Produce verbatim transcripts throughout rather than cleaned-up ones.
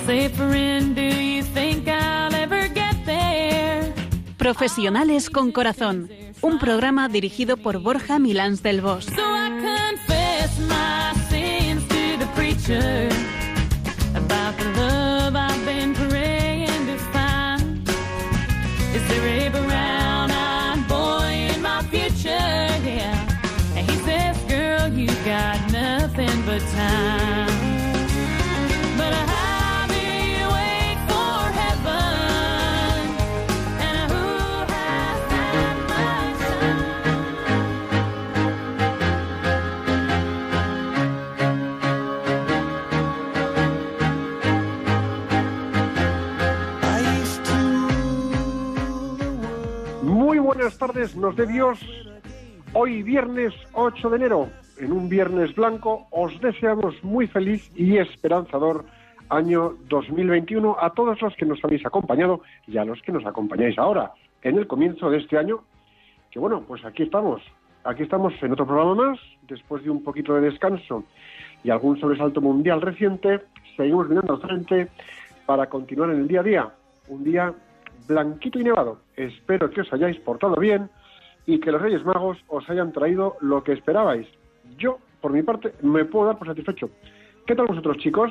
Profesionales con Corazón, un programa dirigido por Borja Milans del Bosch. Buenas tardes, nos dé Dios. Hoy viernes ocho de enero, en un viernes blanco, os deseamos muy feliz y esperanzador año dos mil veintiuno a todos los que nos habéis acompañado y a los que nos acompañáis ahora, en el comienzo de este año, que bueno, pues aquí estamos, aquí estamos en otro programa más, después de un poquito de descanso y algún sobresalto mundial reciente, seguimos mirando al frente para continuar en el día a día, un día blanquito y nevado. Espero que os hayáis portado bien y que los Reyes Magos os hayan traído lo que esperabais. Yo, por mi parte, me puedo dar por satisfecho. ¿Qué tal vosotros, chicos?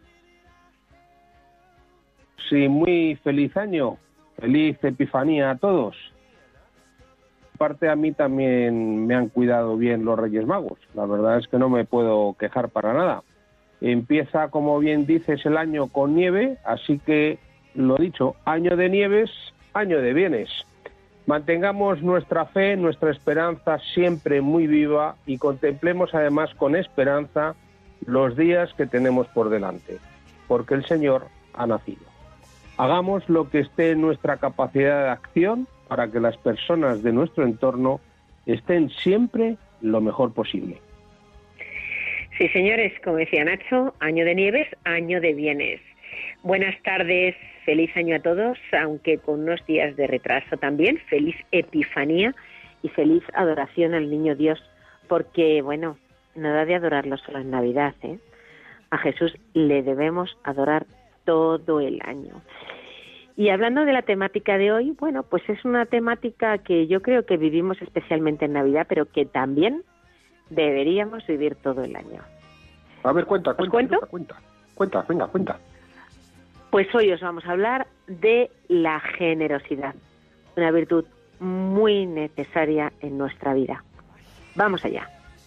Sí, muy feliz año. Feliz Epifanía a todos. Aparte, a mí también me han cuidado bien los Reyes Magos. La verdad es que no me puedo quejar para nada. Empieza, como bien dices, el año con nieve, así que lo dicho, año de nieves, año de bienes. Mantengamos nuestra fe, nuestra esperanza siempre muy viva y contemplemos además con esperanza los días que tenemos por delante, porque el Señor ha nacido. Hagamos lo que esté en nuestra capacidad de acción para que las personas de nuestro entorno estén siempre lo mejor posible. Sí, señores, como decía Nacho, año de nieves, año de bienes. Buenas tardes, feliz año a todos, aunque con unos días de retraso también, feliz Epifanía y feliz adoración al Niño Dios, porque, bueno, nada de adorarlo solo en Navidad, ¿eh? A Jesús le debemos adorar todo el año. Y hablando de la temática de hoy, bueno, pues es una temática que yo creo que vivimos especialmente en Navidad, pero que también deberíamos vivir todo el año. A ver, cuenta, cuenta, cuento? cuenta, cuenta, venga, cuenta. Pues hoy os vamos a hablar de la generosidad, una virtud muy necesaria en nuestra vida. Vamos allá.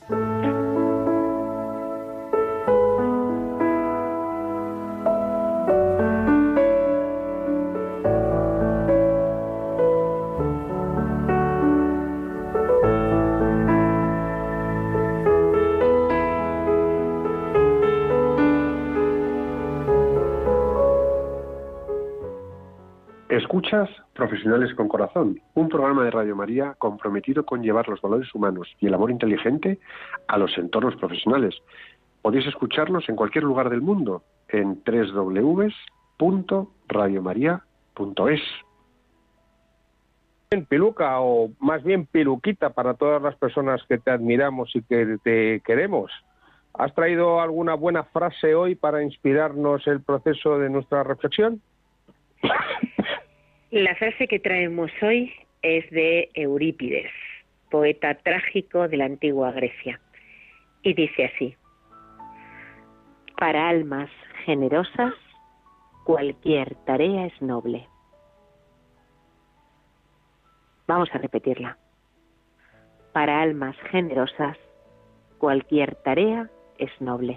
Escuchas Profesionales con Corazón, un programa de Radio María comprometido con llevar los valores humanos y el amor inteligente a los entornos profesionales. Podéis escucharnos en cualquier lugar del mundo en doble u doble u doble u punto radio maría punto es. Piluca, o más bien piluquita para todas las personas que te admiramos y que te queremos. ¿Has traído alguna buena frase hoy para inspirarnos el proceso de nuestra reflexión? La frase que traemos hoy es de Eurípides, poeta trágico de la antigua Grecia, y dice así: para almas generosas, cualquier tarea es noble. Vamos a repetirla. Para almas generosas, cualquier tarea es noble.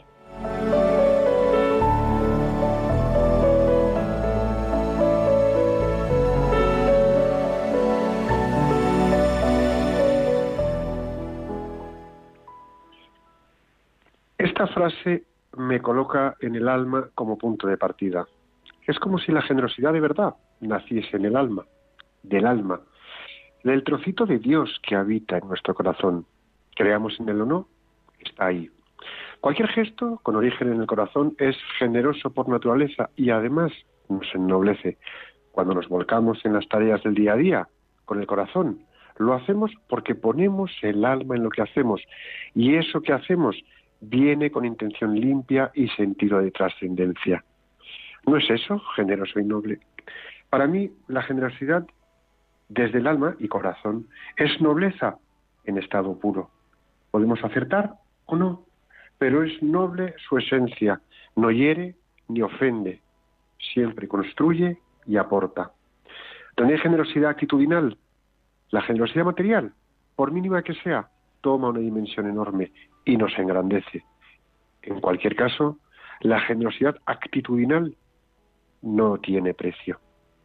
Esta frase me coloca en el alma como punto de partida. Es como si la generosidad de verdad naciese en el alma, del alma, del trocito de Dios que habita en nuestro corazón. Creamos en él o no, está ahí. Cualquier gesto con origen en el corazón es generoso por naturaleza y además nos ennoblece. Cuando nos volcamos en las tareas del día a día con el corazón, lo hacemos porque ponemos el alma en lo que hacemos y eso que hacemos viene con intención limpia y sentido de trascendencia. ¿No es eso generoso y noble? Para mí, la generosidad desde el alma y corazón es nobleza en estado puro. Podemos acertar o no, pero es noble su esencia. No hiere ni ofende, siempre construye y aporta. ¿Dónde hay generosidad actitudinal? La generosidad material, por mínima que sea, toma una dimensión enorme y nos engrandece. En cualquier caso, la generosidad actitudinal no tiene precio.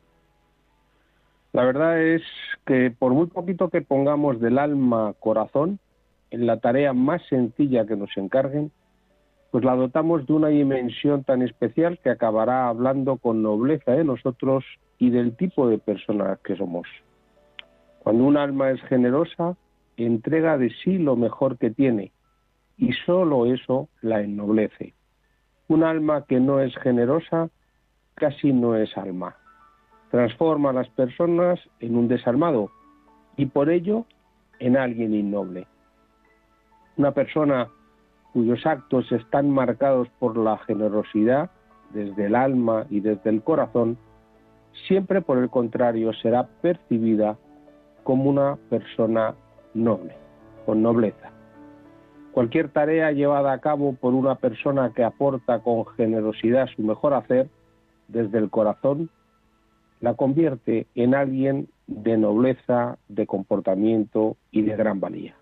La verdad es que por muy poquito que pongamos del alma corazón, en la tarea más sencilla que nos encarguen, pues la dotamos de una dimensión tan especial que acabará hablando con nobleza de nosotros y del tipo de persona que somos. Cuando un alma es generosa, entrega de sí lo mejor que tiene, y solo eso la ennoblece. Un alma que no es generosa casi no es alma. Transforma a las personas en un desalmado y por ello en alguien innoble. Una persona cuyos actos están marcados por la generosidad desde el alma y desde el corazón, siempre por el contrario será percibida como una persona noble, con nobleza. Cualquier tarea llevada a cabo por una persona que aporta con generosidad su mejor hacer desde el corazón, la convierte en alguien de nobleza, de comportamiento y de gran valía.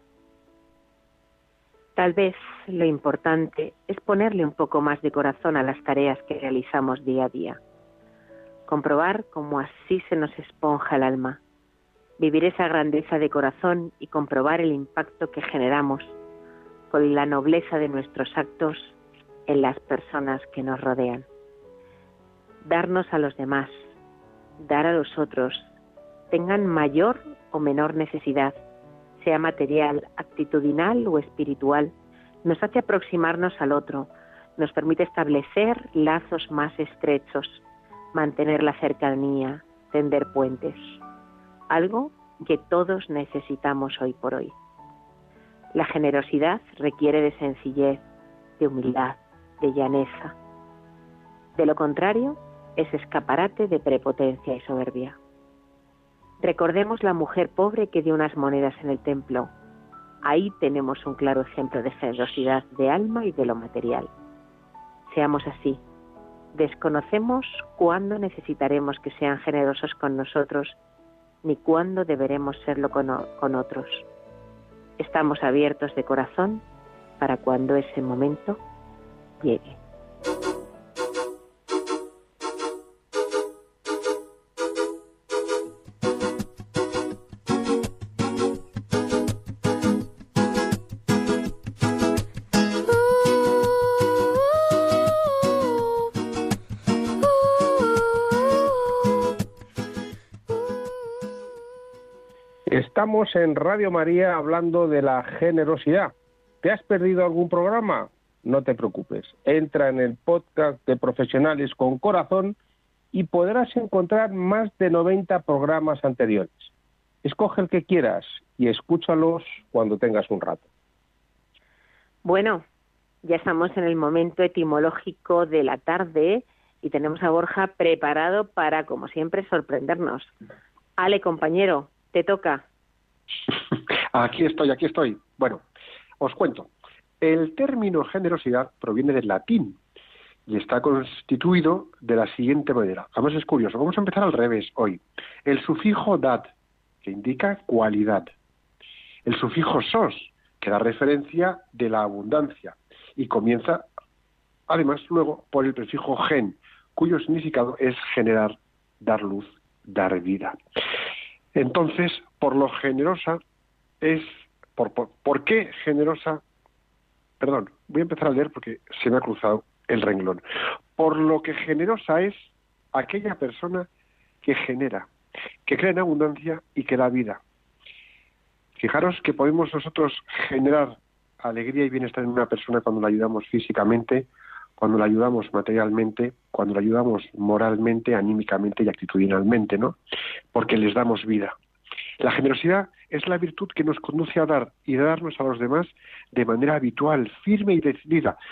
Tal vez lo importante es ponerle un poco más de corazón a las tareas que realizamos día a día. Comprobar cómo así se nos esponja el alma. Vivir esa grandeza de corazón y comprobar el impacto que generamos con la nobleza de nuestros actos en las personas que nos rodean. Darnos a los demás, dar a los otros, tengan mayor o menor necesidad, sea material, actitudinal o espiritual, nos hace aproximarnos al otro, nos permite establecer lazos más estrechos, mantener la cercanía, tender puentes, algo que todos necesitamos hoy por hoy. La generosidad requiere de sencillez, de humildad, de llaneza. De lo contrario, es escaparate de prepotencia y soberbia. Recordemos la mujer pobre que dio unas monedas en el templo. Ahí tenemos un claro ejemplo de generosidad de alma y de lo material. Seamos así. Desconocemos cuándo necesitaremos que sean generosos con nosotros, ni cuándo deberemos serlo con, con otros. Estamos abiertos de corazón para cuando ese momento llegue. Estamos en Radio María hablando de la generosidad. ¿Te has perdido algún programa? No te preocupes. Entra en el podcast de Profesionales con Corazón y podrás encontrar más de noventa programas anteriores. Escoge el que quieras y escúchalos cuando tengas un rato. Bueno, ya estamos en el momento etimológico de la tarde y tenemos a Borja preparado para, como siempre, sorprendernos. Ale, compañero, te toca. Aquí estoy, aquí estoy. Bueno, os cuento. El término generosidad proviene del latín y está constituido de la siguiente manera. Además es curioso, vamos a empezar al revés hoy. El sufijo dad, que indica cualidad. El sufijo sos, que da referencia de la abundancia. Y comienza, además, luego por el prefijo gen, cuyo significado es generar, dar luz, dar vida. Entonces, por lo generosa es... Por, por, ¿Por qué generosa? Perdón, voy a empezar a leer porque se me ha cruzado el renglón. Por lo que generosa es aquella persona que genera, que crea en abundancia y que da vida. Fijaros que podemos nosotros generar alegría y bienestar en una persona cuando la ayudamos físicamente, cuando la ayudamos materialmente, cuando la ayudamos moralmente, anímicamente y actitudinalmente, ¿no? Porque les damos vida. La generosidad es la virtud que nos conduce a dar y darnos a los demás de manera habitual, firme y decidida.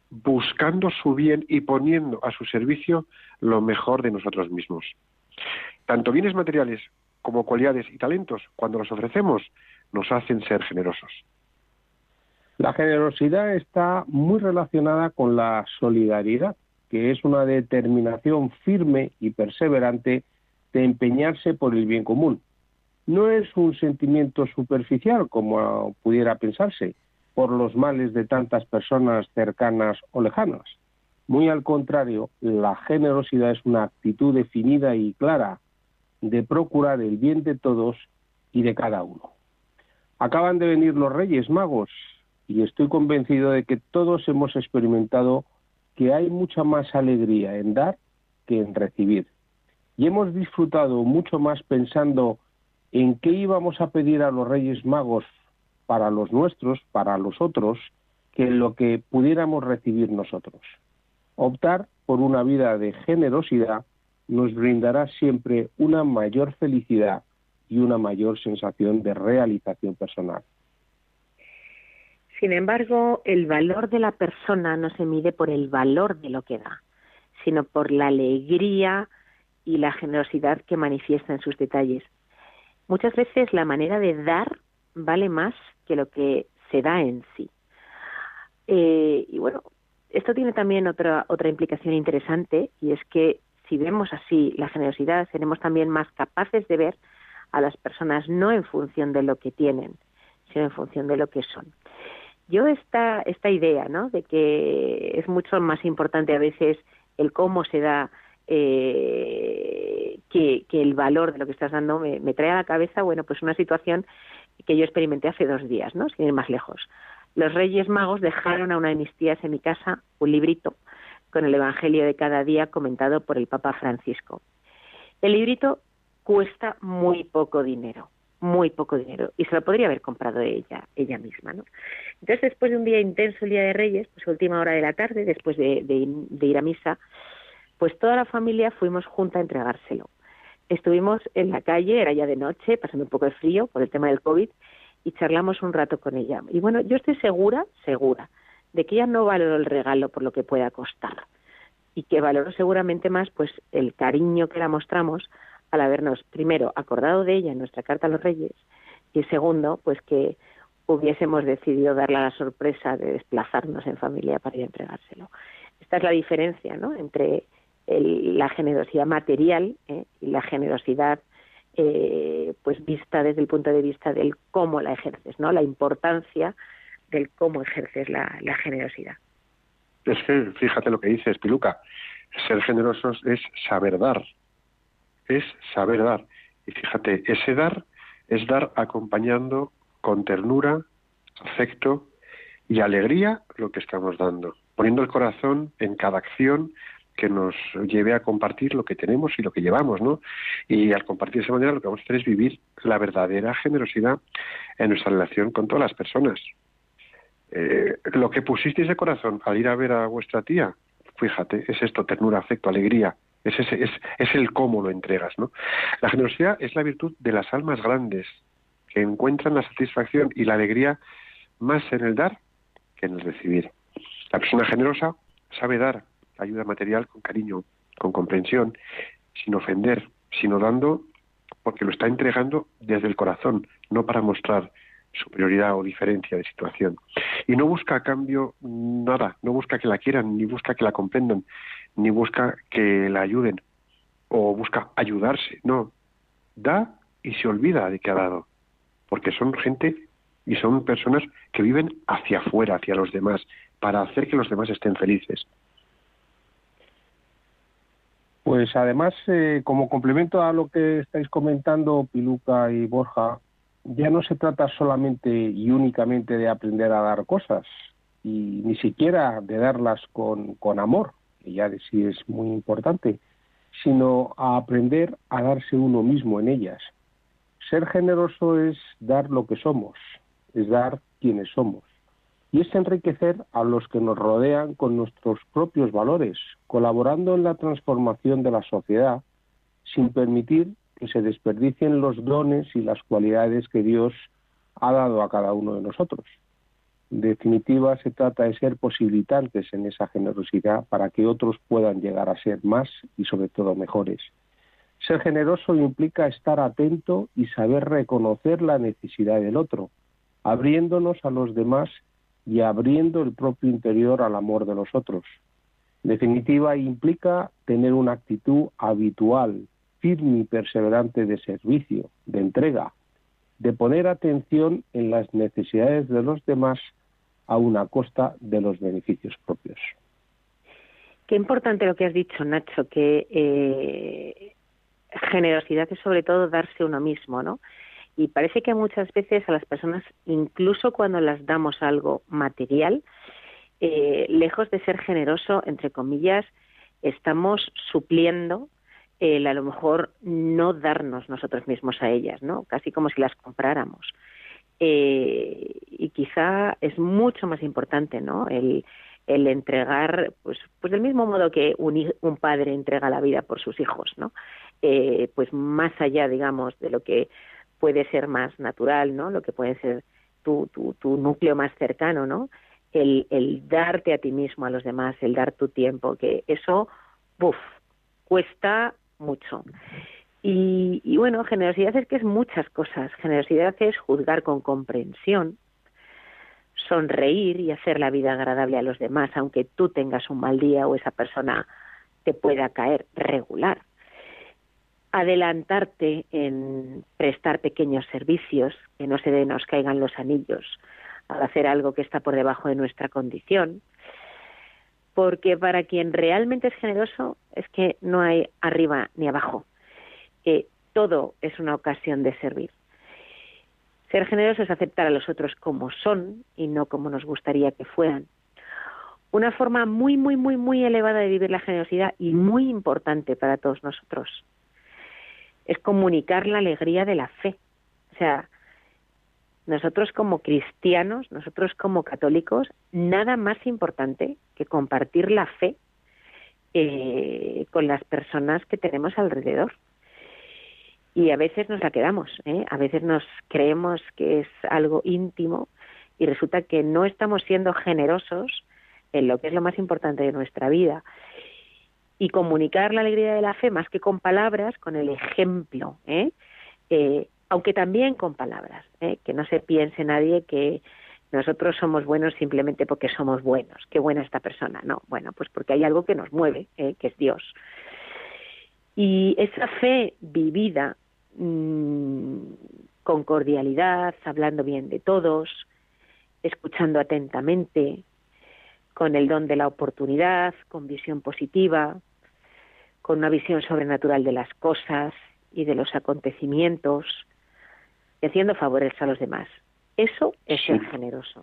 buscando su bien y poniendo a su servicio lo mejor de nosotros mismos. Tanto bienes materiales como cualidades y talentos, cuando los ofrecemos, nos hacen ser generosos. La generosidad está muy relacionada con la solidaridad, que es una determinación firme y perseverante de empeñarse por el bien común. No es un sentimiento superficial, como pudiera pensarse, por los males de tantas personas cercanas o lejanas. Muy al contrario, la generosidad es una actitud definida y clara de procurar el bien de todos y de cada uno. Acaban de venir los Reyes Magos y estoy convencido de que todos hemos experimentado que hay mucha más alegría en dar que en recibir. Y hemos disfrutado mucho más pensando en qué íbamos a pedir a los Reyes Magos para los nuestros, para los otros, que en lo que pudiéramos recibir nosotros. Optar por una vida de generosidad nos brindará siempre una mayor felicidad y una mayor sensación de realización personal. Sin embargo, el valor de la persona no se mide por el valor de lo que da, sino por la alegría y la generosidad que manifiesta en sus detalles. Muchas veces la manera de dar vale más que lo que se da en sí. Eh, y bueno, esto tiene también otra, otra implicación interesante, y es que si vemos así la generosidad, seremos también más capaces de ver a las personas no en función de lo que tienen, sino en función de lo que son. Yo esta, esta idea, ¿no?, de que es mucho más importante a veces el cómo se da eh, que, que el valor de lo que estás dando, me, me trae a la cabeza, bueno, pues una situación que yo experimenté hace dos días, ¿no?, sin ir más lejos. Los Reyes Magos dejaron a una de mis tías en mi casa un librito con el Evangelio de cada día comentado por el Papa Francisco. El librito cuesta muy poco dinero, muy poco dinero, y se lo podría haber comprado ella, ella misma, ¿no? Entonces, después de un día intenso, el día de Reyes, pues a última hora de la tarde, después de, de, de ir a misa, pues toda la familia fuimos junta a entregárselo. Estuvimos en la calle, era ya de noche, pasando un poco de frío por el tema del COVID, y charlamos un rato con ella. Y bueno, yo estoy segura, segura, de que ella no valoró el regalo por lo que pueda costar, y que valoró seguramente más pues el cariño que la mostramos al habernos, primero, acordado de ella en nuestra carta a los Reyes, y segundo, pues que hubiésemos decidido darle la sorpresa de desplazarnos en familia para ir a entregárselo. Esta es la diferencia, ¿no?, entre el, la generosidad material ¿eh? y la generosidad eh, pues vista desde el punto de vista del cómo la ejerces, ¿no?, la importancia del cómo ejerces la, la generosidad. Es que fíjate lo que dices, Piluca, ser generosos es saber dar, es saber dar. Y fíjate, ese dar es dar acompañando con ternura, afecto y alegría lo que estamos dando, poniendo el corazón en cada acción que nos lleve a compartir lo que tenemos y lo que llevamos, ¿no? Y al compartir de esa manera lo que vamos a hacer es vivir la verdadera generosidad en nuestra relación con todas las personas. Eh, lo que pusisteis de corazón al ir a ver a vuestra tía, fíjate, es esto, ternura, afecto, alegría, es, ese, es, es el cómo lo entregas, ¿no? La generosidad es la virtud de las almas grandes, que encuentran la satisfacción y la alegría más en el dar que en el recibir. La persona generosa sabe dar ayuda material con cariño, con comprensión, sin ofender, sino dando porque lo está entregando desde el corazón, no para mostrar superioridad o diferencia de situación. Y no busca a cambio nada, no busca que la quieran, ni busca que la comprendan, ni busca que la ayuden, o busca ayudarse, no. Da y se olvida de que ha dado, porque son gente y son personas que viven hacia afuera, hacia los demás, para hacer que los demás estén felices. Pues además, eh, como complemento a lo que estáis comentando, Piluca y Borja, ya no se trata solamente y únicamente de aprender a dar cosas, y ni siquiera de darlas con, con amor, que ya de sí es muy importante, sino a aprender a darse uno mismo en ellas. Ser generoso es dar lo que somos, es dar quienes somos. Y es enriquecer a los que nos rodean con nuestros propios valores, colaborando en la transformación de la sociedad, sin permitir que se desperdicien los dones y las cualidades que Dios ha dado a cada uno de nosotros. En definitiva, se trata de ser posibilitantes en esa generosidad para que otros puedan llegar a ser más y sobre todo mejores. Ser generoso implica estar atento y saber reconocer la necesidad del otro, abriéndonos a los demás y abriendo el propio interior al amor de los otros. En definitiva, implica tener una actitud habitual, firme y perseverante de servicio, de entrega, de poner atención en las necesidades de los demás a una costa de los beneficios propios. Qué importante lo que has dicho, Nacho, que eh, generosidad es sobre todo darse uno mismo, ¿no? Y parece que muchas veces a las personas, incluso cuando las damos algo material, eh, lejos de ser generoso, entre comillas, estamos supliendo el a lo mejor no darnos nosotros mismos a ellas, ¿no? Casi como si las compráramos. Eh, y quizá es mucho más importante, ¿no? El, el entregar, pues, pues del mismo modo que un, un padre entrega la vida por sus hijos, ¿no? Eh, pues más allá, digamos, de lo que puede ser más natural, ¿no? Lo que puede ser tu, tu, tu núcleo más cercano, ¿no? El, el darte a ti mismo, a los demás, el dar tu tiempo, que eso, ¡buf!, cuesta mucho. Y, y bueno, generosidad es que es muchas cosas. Generosidad es juzgar con comprensión, sonreír y hacer la vida agradable a los demás, aunque tú tengas un mal día o esa persona te pueda caer regular. Adelantarte en prestar pequeños servicios, que no se nos caigan los anillos al hacer algo que está por debajo de nuestra condición. Porque para quien realmente es generoso es que no hay arriba ni abajo. Eh, todo es una ocasión de servir. Ser generoso es aceptar a los otros como son y no como nos gustaría que fueran. Una forma muy, muy, muy, muy elevada de vivir la generosidad y muy importante para todos nosotros es comunicar la alegría de la fe. O sea, nosotros como cristianos, nosotros como católicos, nada más importante que compartir la fe eh, con las personas que tenemos alrededor. Y a veces nos la quedamos, ¿eh? A veces nos creemos que es algo íntimo y resulta que no estamos siendo generosos en lo que es lo más importante de nuestra vida. Y comunicar la alegría de la fe, más que con palabras, con el ejemplo, ¿eh? Eh, aunque también con palabras, ¿eh? Que no se piense nadie que nosotros somos buenos simplemente porque somos buenos. Qué buena esta persona. No, bueno, pues porque hay algo que nos mueve, ¿eh? Que es Dios. Y esa fe vivida mmm, con cordialidad, hablando bien de todos, escuchando atentamente, con el don de la oportunidad, con visión positiva, con una visión sobrenatural de las cosas y de los acontecimientos, y haciendo favores a los demás. Eso es Sí. ser generoso.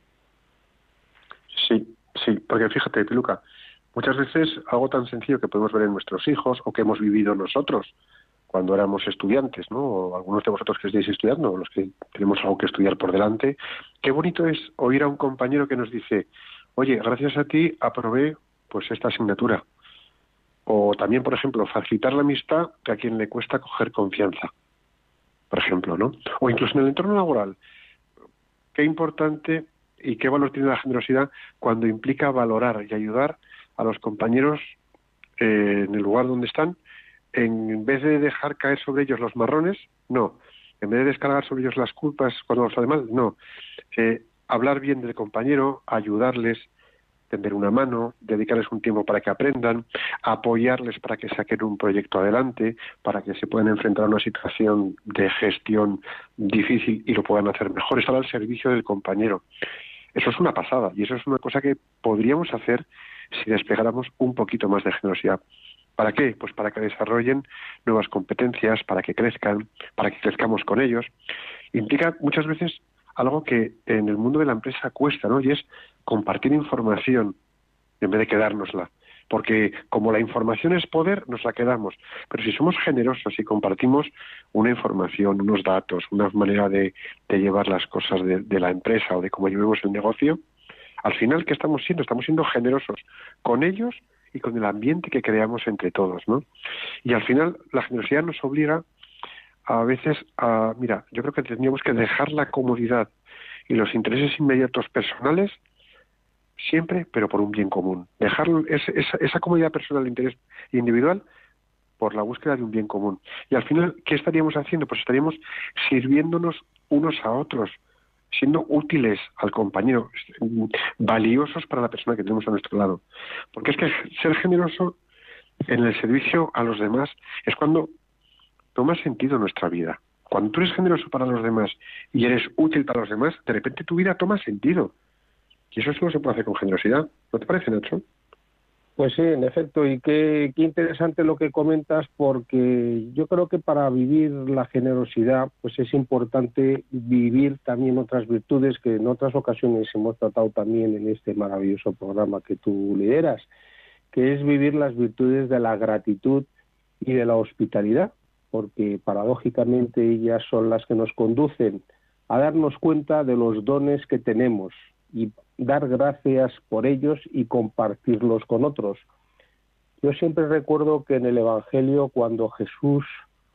Sí, sí, porque fíjate, Piluca, muchas veces algo tan sencillo que podemos ver en nuestros hijos o que hemos vivido nosotros cuando éramos estudiantes, ¿no? O algunos de vosotros que estáis estudiando, o los que tenemos algo que estudiar por delante, qué bonito es oír a un compañero que nos dice: oye, gracias a ti aprobé pues esta asignatura. O también, por ejemplo, facilitar la amistad a quien le cuesta coger confianza, por ejemplo, ¿no? O incluso en el entorno laboral. Qué importante y qué valor tiene la generosidad cuando implica valorar y ayudar a los compañeros eh, en el lugar donde están, en vez de dejar caer sobre ellos los marrones, no. En vez de descargar sobre ellos las culpas cuando los sale mal, no. Eh, hablar bien del compañero, ayudarles, tender una mano, dedicarles un tiempo para que aprendan, apoyarles para que saquen un proyecto adelante, para que se puedan enfrentar a una situación de gestión difícil y lo puedan hacer mejor, estar al servicio del compañero. Eso es una pasada y eso es una cosa que podríamos hacer si desplegáramos un poquito más de generosidad. ¿Para qué? Pues para que desarrollen nuevas competencias, para que crezcan, para que crezcamos con ellos. Implica muchas veces algo que en el mundo de la empresa cuesta, ¿no? Y es compartir información en vez de quedárnosla. Porque como la información es poder, nos la quedamos. Pero si somos generosos y compartimos una información, unos datos, una manera de, de llevar las cosas de, de la empresa o de cómo llevemos el negocio, al final, ¿qué estamos siendo? Estamos siendo generosos con ellos y con el ambiente que creamos entre todos, ¿no? Y al final, la generosidad nos obliga a veces a, mira, yo creo que tendríamos que dejar la comodidad y los intereses inmediatos personales siempre, pero por un bien común. Dejar esa, esa, esa comodidad personal, interés individual, por la búsqueda de un bien común. Y al final, ¿qué estaríamos haciendo? Pues estaríamos sirviéndonos unos a otros, siendo útiles al compañero, valiosos para la persona que tenemos a nuestro lado. Porque es que ser generoso en el servicio a los demás es cuando toma sentido nuestra vida. Cuando tú eres generoso para los demás y eres útil para los demás, de repente tu vida toma sentido. Y eso solo se puede hacer con generosidad. ¿No te parece, Nacho? Pues sí, en efecto, y qué, qué interesante lo que comentas, porque yo creo que para vivir la generosidad pues es importante vivir también otras virtudes que en otras ocasiones hemos tratado también en este maravilloso programa que tú lideras, que es vivir las virtudes de la gratitud y de la hospitalidad, porque paradójicamente ellas son las que nos conducen a darnos cuenta de los dones que tenemos y dar gracias por ellos y compartirlos con otros. Yo siempre recuerdo que en el Evangelio, cuando Jesús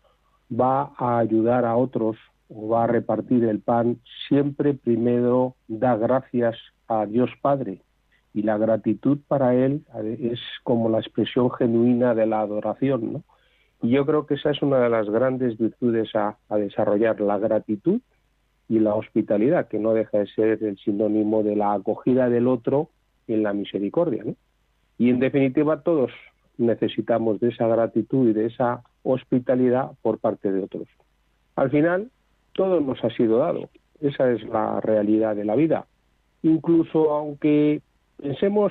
va a ayudar a otros o va a repartir el pan, siempre primero da gracias a Dios Padre, y la gratitud para él es como la expresión genuina de la adoración, ¿no? Y yo creo que esa es una de las grandes virtudes a, a desarrollar, la gratitud y la hospitalidad, que no deja de ser el sinónimo de la acogida del otro en la misericordia, ¿no? Y en definitiva todos necesitamos de esa gratitud y de esa hospitalidad por parte de otros. Al final, todo nos ha sido dado. Esa es la realidad de la vida. Incluso aunque pensemos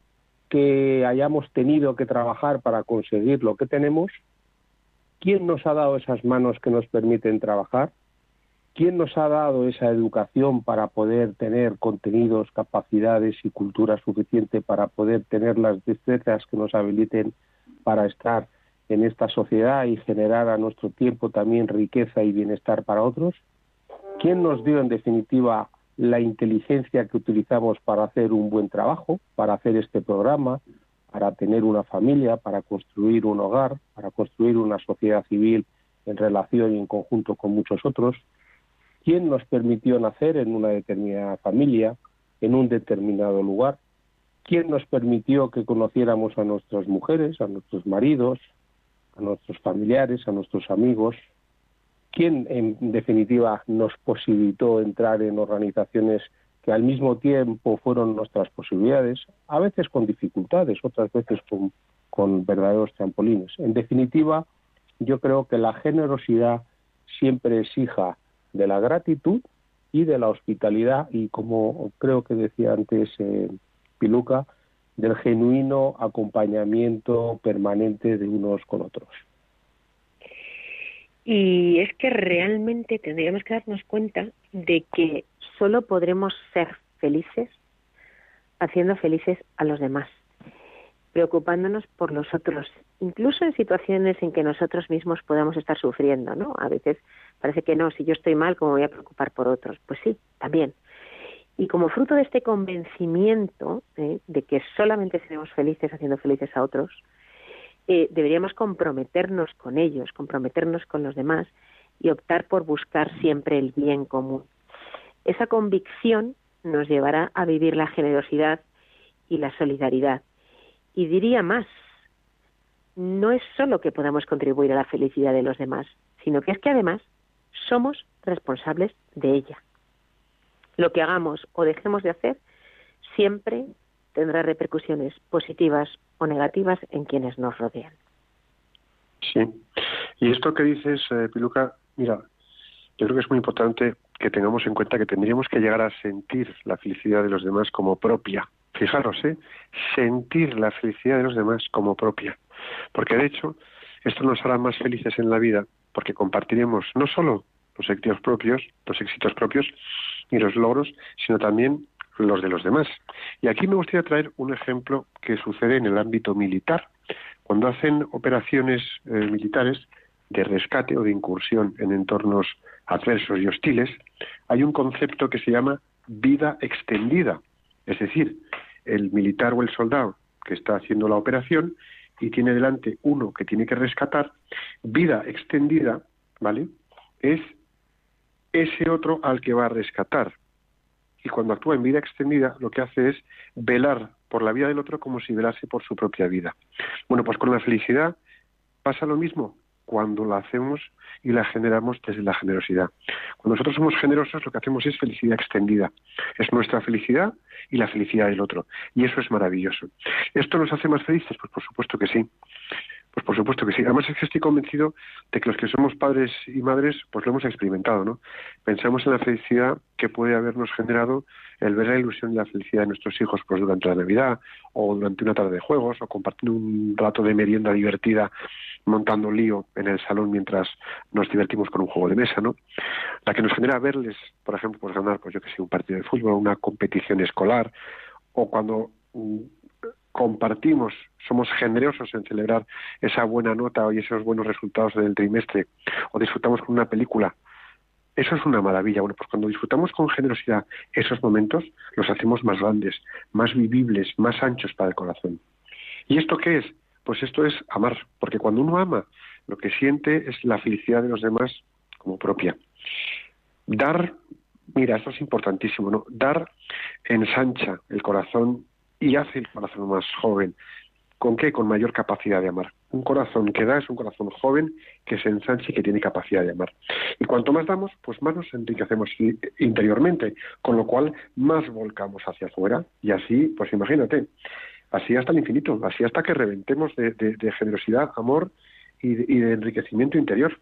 que hayamos tenido que trabajar para conseguir lo que tenemos, ¿quién nos ha dado esas manos que nos permiten trabajar? ¿Quién nos ha dado esa educación para poder tener contenidos, capacidades y cultura suficiente para poder tener las destrezas que nos habiliten para estar en esta sociedad y generar a nuestro tiempo también riqueza y bienestar para otros? ¿Quién nos dio en definitiva la inteligencia que utilizamos para hacer un buen trabajo, para hacer este programa, para tener una familia, para construir un hogar, para construir una sociedad civil en relación y en conjunto con muchos otros? ¿Quién nos permitió nacer en una determinada familia, en un determinado lugar? ¿Quién nos permitió que conociéramos a nuestras mujeres, a nuestros maridos, a nuestros familiares, a nuestros amigos? ¿Quién, en definitiva, nos posibilitó entrar en organizaciones que al mismo tiempo fueron nuestras posibilidades, a veces con dificultades, otras veces con, con verdaderos trampolines? En definitiva, yo creo que la generosidad siempre es hija de la gratitud y de la hospitalidad y, como creo que decía antes eh, Piluca, del genuino acompañamiento permanente de unos con otros. Y es que realmente tendríamos que darnos cuenta de que solo podremos ser felices haciendo felices a los demás, preocupándonos por los otros, incluso en situaciones en que nosotros mismos podamos estar sufriendo, ¿no? A veces parece que no, si yo estoy mal, ¿cómo voy a preocupar por otros? Pues sí, también. Y como fruto de este convencimiento ¿eh? de que solamente seremos felices haciendo felices a otros, eh, deberíamos comprometernos con ellos, comprometernos con los demás y optar por buscar siempre el bien común. Esa convicción nos llevará a vivir la generosidad y la solidaridad. Y diría más, no es solo que podamos contribuir a la felicidad de los demás, sino que es que además somos responsables de ella. Lo que hagamos o dejemos de hacer siempre tendrá repercusiones positivas o negativas en quienes nos rodean. Sí. Y esto que dices, eh, Piluca, mira, yo creo que es muy importante que tengamos en cuenta que tendríamos que llegar a sentir la felicidad de los demás como propia. Fijaros, ¿eh? Sentir la felicidad de los demás como propia. Porque de hecho, esto nos hará más felices en la vida, porque compartiremos no solo los éxitos propios, los éxitos propios y los logros, sino también los de los demás. Y aquí me gustaría traer un ejemplo que sucede en el ámbito militar. Cuando hacen operaciones eh, militares de rescate o de incursión en entornos adversos y hostiles, hay un concepto que se llama vida extendida. Es decir, el militar o el soldado que está haciendo la operación y tiene delante uno que tiene que rescatar, vida extendida, ¿vale?, es ese otro al que va a rescatar. y cuando actúa en vida extendida lo que hace es velar por la vida del otro como si velase por su propia vida. Bueno, pues con la felicidad pasa lo mismo cuando la hacemos y la generamos desde la generosidad. Cuando nosotros somos generosos lo que hacemos es felicidad extendida. Es nuestra felicidad y la felicidad del otro. Y eso es maravilloso. ¿Esto nos hace más felices? Pues por supuesto que sí. Pues por supuesto que sí. Además es que estoy convencido de que los que somos padres y madres pues lo hemos experimentado, ¿no? Pensamos en la felicidad que puede habernos generado el ver la ilusión y la felicidad de nuestros hijos pues durante la Navidad o durante una tarde de juegos o compartiendo un rato de merienda divertida montando lío en el salón mientras nos divertimos con un juego de mesa, ¿no? La que nos genera verles, por ejemplo, pues ganar, pues yo que sé, un partido de fútbol, una competición escolar, o cuando mm, compartimos, somos generosos en celebrar esa buena nota y esos buenos resultados del trimestre, o disfrutamos con una película. Eso es una maravilla. Bueno, pues cuando disfrutamos con generosidad esos momentos, los hacemos más grandes, más vivibles, más anchos para el corazón. ¿Y esto qué es? Pues esto es amar, porque cuando uno ama, lo que siente es la felicidad de los demás como propia. Dar, mira, esto es importantísimo, ¿no? Dar ensancha el corazón y hace el corazón más joven. ¿Con qué? Con mayor capacidad de amar. Un corazón que da es un corazón joven que se ensancha y que tiene capacidad de amar. Y cuanto más damos, pues más nos enriquecemos interiormente, con lo cual más volcamos hacia afuera. Y así, pues imagínate, así hasta el infinito, así hasta que reventemos de, de, de generosidad, amor y de, y de enriquecimiento interior.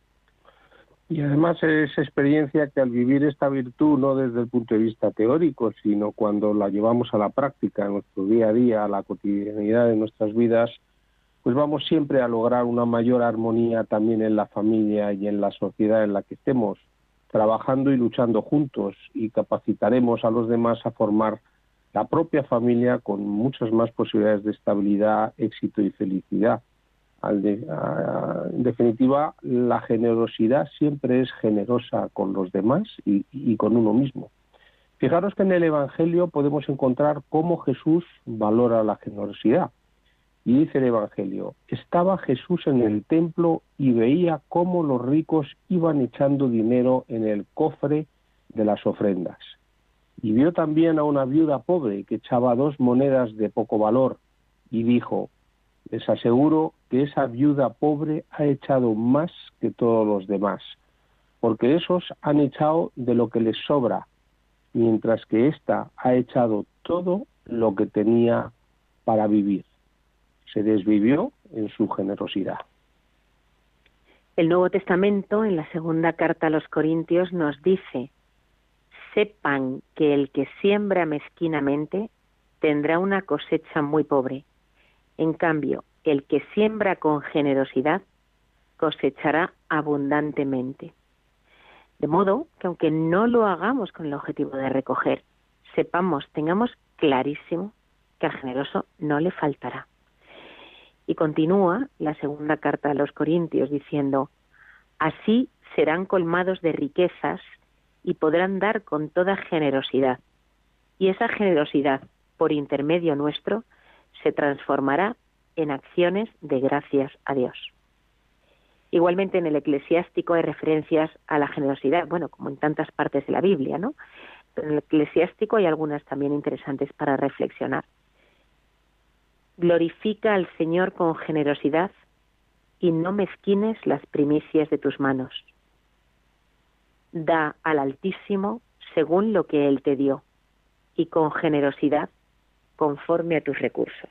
Y además es experiencia que al vivir esta virtud, no desde el punto de vista teórico, sino cuando la llevamos a la práctica, en nuestro día a día, a la cotidianidad de nuestras vidas, pues vamos siempre a lograr una mayor armonía también en la familia y en la sociedad en la que estemos, trabajando y luchando juntos, y capacitaremos a los demás a formar la propia familia con muchas más posibilidades de estabilidad, éxito y felicidad. Al de, a, en definitiva, la generosidad siempre es generosa con los demás y, y con uno mismo. Fijaros que en el Evangelio podemos encontrar cómo Jesús valora la generosidad. Y dice el Evangelio, estaba Jesús en el templo y veía cómo los ricos iban echando dinero en el cofre de las ofrendas. Y vio también a una viuda pobre que echaba dos monedas de poco valor y dijo, les aseguro que esa viuda pobre ha echado más que todos los demás, porque esos han echado de lo que les sobra, mientras que ésta ha echado todo lo que tenía para vivir. Se desvivió en su generosidad. El Nuevo Testamento, en la segunda carta a los Corintios, nos dice, sepan que el que siembra mezquinamente tendrá una cosecha muy pobre. En cambio, el que siembra con generosidad cosechará abundantemente. De modo que aunque no lo hagamos con el objetivo de recoger, sepamos, tengamos clarísimo que al generoso no le faltará. Y continúa la segunda carta a los Corintios diciendo, así serán colmados de riquezas y podrán dar con toda generosidad. Y esa generosidad, por intermedio nuestro, se transformará en acciones de gracias a Dios. Igualmente en el Eclesiástico hay referencias a la generosidad, bueno, como en tantas partes de la Biblia, ¿no? Pero en el Eclesiástico hay algunas también interesantes para reflexionar. Glorifica al Señor con generosidad y no mezquines las primicias de tus manos. Da al Altísimo según lo que Él te dio y con generosidad conforme a tus recursos.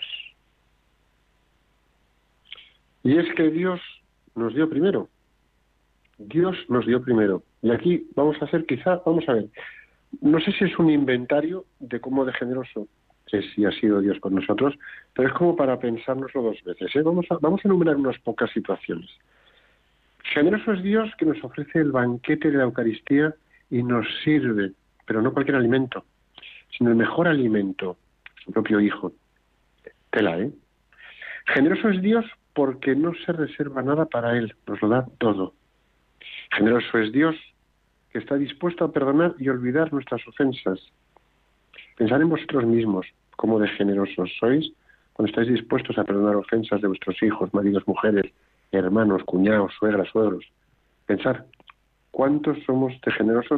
Y es que Dios nos dio primero. Dios nos dio primero. Y aquí vamos a hacer quizá, vamos a ver, no sé si es un inventario de cómo de generoso es y ha sido Dios con nosotros, pero es como para pensárnoslo dos veces, ¿eh? Vamos a, vamos a enumerar unas pocas situaciones. Generoso es Dios que nos ofrece el banquete de la Eucaristía y nos sirve, pero no cualquier alimento, sino el mejor alimento, su propio Hijo. Tela, ¿eh? Generoso es Dios porque no se reserva nada para Él, nos lo da todo. Generoso es Dios que está dispuesto a perdonar y olvidar nuestras ofensas. Pensad en vosotros mismos, cómo de generosos sois cuando estáis dispuestos a perdonar ofensas de vuestros hijos, maridos, mujeres, hermanos, cuñados, suegras, suegros. Pensad, ¿cuántos somos de generosos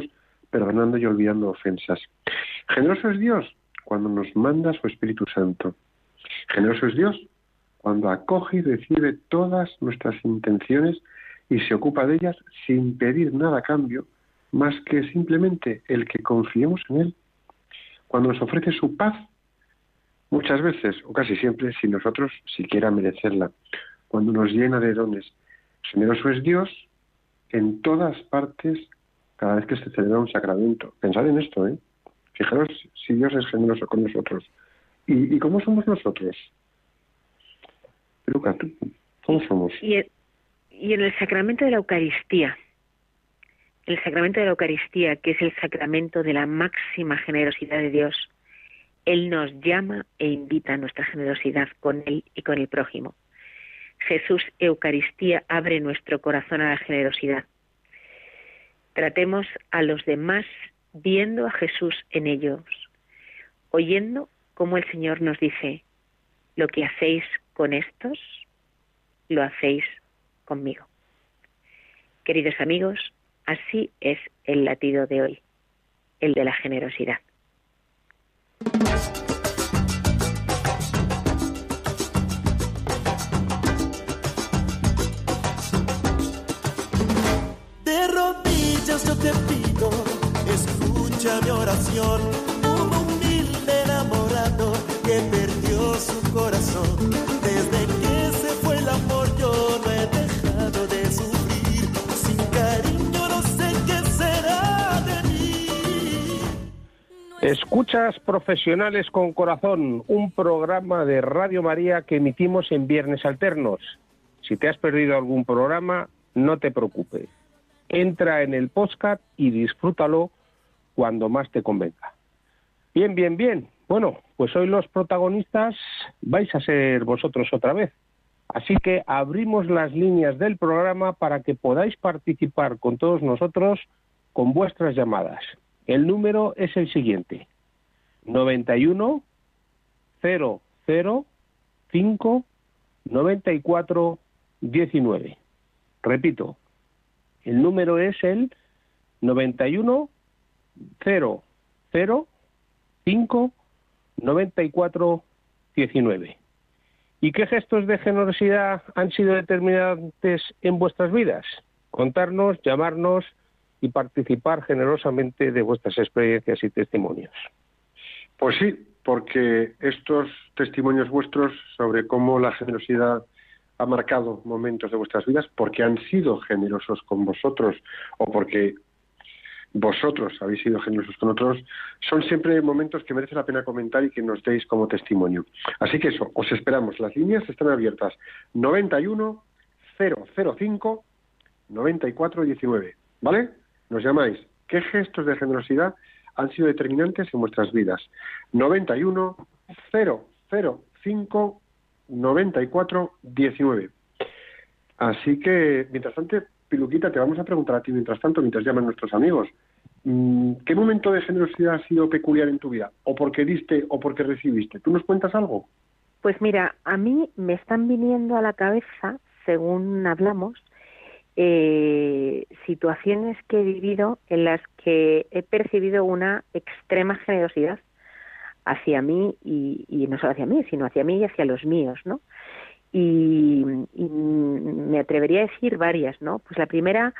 perdonando y olvidando ofensas. Generoso es Dios cuando nos manda su Espíritu Santo. Generoso es Dios cuando acoge y recibe todas nuestras intenciones y se ocupa de ellas sin pedir nada a cambio, más que simplemente el que confiemos en Él. Cuando nos ofrece su paz, muchas veces, o casi siempre, sin nosotros siquiera merecerla. Cuando nos llena de dones. Generoso es Dios en todas partes cada vez que se celebra un sacramento. Pensad en esto, ¿eh? Fijaros si Dios es generoso con nosotros. ¿Y, y cómo somos nosotros? Luca, ¿tú cómo somos? Y, y en el sacramento de la Eucaristía, el sacramento de la Eucaristía, que es el sacramento de la máxima generosidad de Dios, Él nos llama e invita a nuestra generosidad con Él y con el prójimo. Jesús, Eucaristía, abre nuestro corazón a la generosidad. Tratemos a los demás viendo a Jesús en ellos, oyendo cómo el Señor nos dice: lo que hacéis con estos, lo hacéis conmigo. Queridos amigos, así es el latido de hoy, el de la generosidad. De rodillas yo te pido, escucha mi oración, un humilde enamorado que perdió su corazón. Desde que se fue el amor yo no he dejado de sufrir, sin cariño no sé qué será de mí. Escuchas Profesionales con Corazón, un programa de Radio María que emitimos en viernes alternos. Si te has perdido algún programa, no te preocupes. Entra en el podcast y disfrútalo cuando más te convenga. Bien, bien, bien. Bueno, pues hoy los protagonistas vais a ser vosotros otra vez. Así que abrimos las líneas del programa para que podáis participar con todos nosotros con vuestras llamadas. El número es el siguiente: noventa y uno, cero cero cinco, noventa y cuatro, diecinueve. Repito, el número es el noventa y uno, cero cero cinco, noventa y cuatro, diecinueve. ¿Y qué gestos de generosidad han sido determinantes en vuestras vidas? Contarnos, llamarnos y participar generosamente de vuestras experiencias y testimonios. Pues sí, porque estos testimonios vuestros sobre cómo la generosidad ha marcado momentos de vuestras vidas, porque han sido generosos con vosotros o porque vosotros habéis sido generosos con otros, son siempre momentos que merece la pena comentar y que nos deis como testimonio. Así que eso, os esperamos. Las líneas están abiertas. noventa y uno, cero cero cinco, noventa y cuatro, diecinueve. ¿Vale? Nos llamáis. ¿Qué gestos de generosidad han sido determinantes en vuestras vidas? noventa y uno, cero cero cinco, noventa y cuatro, diecinueve. Así que, mientras tanto, Piluquita, te vamos a preguntar a ti, mientras tanto, mientras llaman nuestros amigos, ¿qué momento de generosidad ha sido peculiar en tu vida? ¿O porque diste o porque recibiste? ¿Tú nos cuentas algo? Pues mira, a mí me están viniendo a la cabeza, según hablamos, eh, situaciones que he vivido en las que he percibido una extrema generosidad hacia mí y, y no solo hacia mí, sino hacia mí y hacia los míos, ¿no? Y, y me atrevería a decir varias, ¿no? Pues la primera,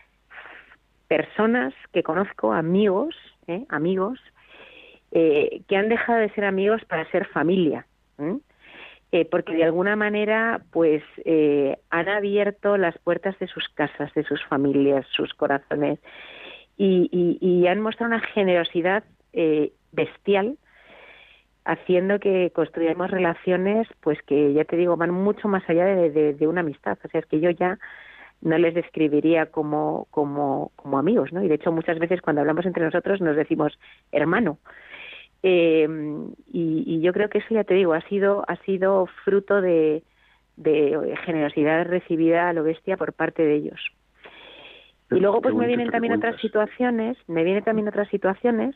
personas que conozco, amigos, ¿eh? amigos, eh, que han dejado de ser amigos para ser familia, ¿eh? Eh, porque de alguna manera, pues, eh, han abierto las puertas de sus casas, de sus familias, sus corazones, y, y, y han mostrado una generosidad eh, bestial, haciendo que construyamos relaciones, pues que ya te digo, van mucho más allá de, de, de una amistad. O sea, es que yo ya no les describiría como, como, como amigos, ¿no? Y de hecho muchas veces cuando hablamos entre nosotros nos decimos hermano. Eh, y, y yo creo que eso, ya te digo, ha sido, ha sido fruto de, de generosidad recibida a lo bestia por parte de ellos. Y luego pues me vienen también otras situaciones, me vienen también otras situaciones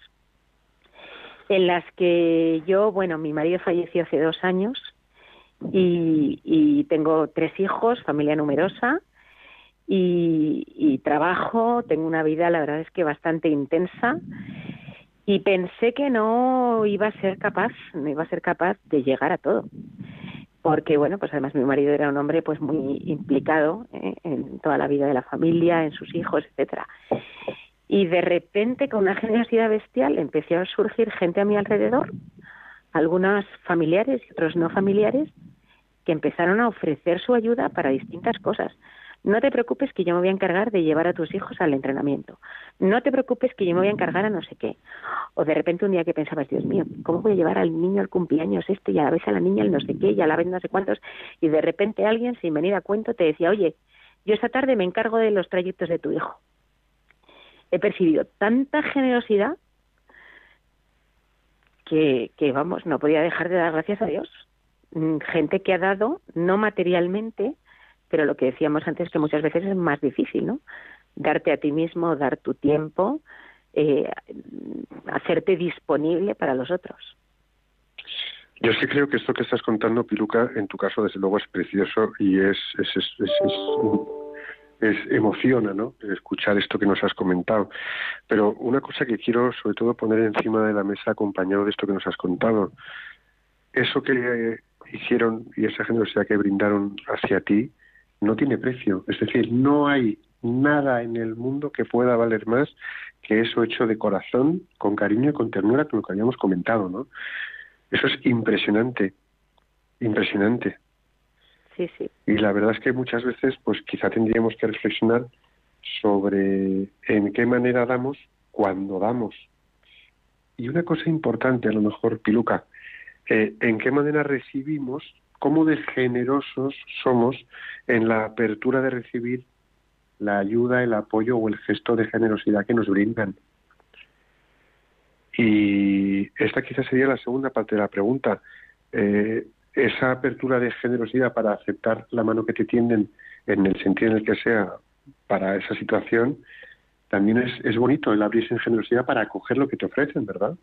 en las que yo, bueno, mi marido falleció hace dos años y, y tengo tres hijos, familia numerosa, y, y trabajo, tengo una vida, la verdad es que bastante intensa, y pensé que no iba a ser capaz, no iba a ser capaz de llegar a todo. Porque, bueno, pues además mi marido era un hombre pues muy implicado ¿eh? en toda la vida de la familia, en sus hijos, etcétera. Y de repente, con una generosidad bestial, empezó a surgir gente a mi alrededor, algunos familiares y otros no familiares, que empezaron a ofrecer su ayuda para distintas cosas. No te preocupes que yo me voy a encargar de llevar a tus hijos al entrenamiento. No te preocupes que yo me voy a encargar a no sé qué. O de repente un día que pensabas, Dios mío, ¿cómo voy a llevar al niño al cumpleaños este y a la vez a la niña el no sé qué y a la vez no sé cuántos? Y de repente alguien, sin venir a cuento, te decía, oye, yo esta tarde me encargo de los trayectos de tu hijo. He percibido tanta generosidad que, que, vamos, no podía dejar de dar gracias a Dios. Gente que ha dado, no materialmente, pero lo que decíamos antes, que muchas veces es más difícil, ¿no? Darte a ti mismo, dar tu tiempo, eh, hacerte disponible para los otros. Yo sí creo que esto que estás contando, Piluca, en tu caso, desde luego es precioso y es, es, es, es, es, es emociona, ¿no? Escuchar esto que nos has comentado. Pero una cosa que quiero, sobre todo, poner encima de la mesa, acompañado de esto que nos has contado, eso que eh, hicieron y esa generosidad que brindaron hacia ti, no tiene precio. Es decir, no hay nada en el mundo que pueda valer más que eso hecho de corazón, con cariño y con ternura, con lo que habíamos comentado, ¿no? Eso es impresionante, impresionante. Sí, sí. Y la verdad es que muchas veces, pues quizá tendríamos que reflexionar sobre en qué manera damos cuando damos. Y una cosa importante, a lo mejor, Piluca, eh, en qué manera recibimos, cómo de generosos somos en la apertura de recibir la ayuda, el apoyo o el gesto de generosidad que nos brindan. Y esta quizás sería la segunda parte de la pregunta. Eh, esa apertura de generosidad para aceptar la mano que te tienden en el sentido en el que sea para esa situación, también es, es bonito el abrirse en generosidad para acoger lo que te ofrecen, ¿verdad?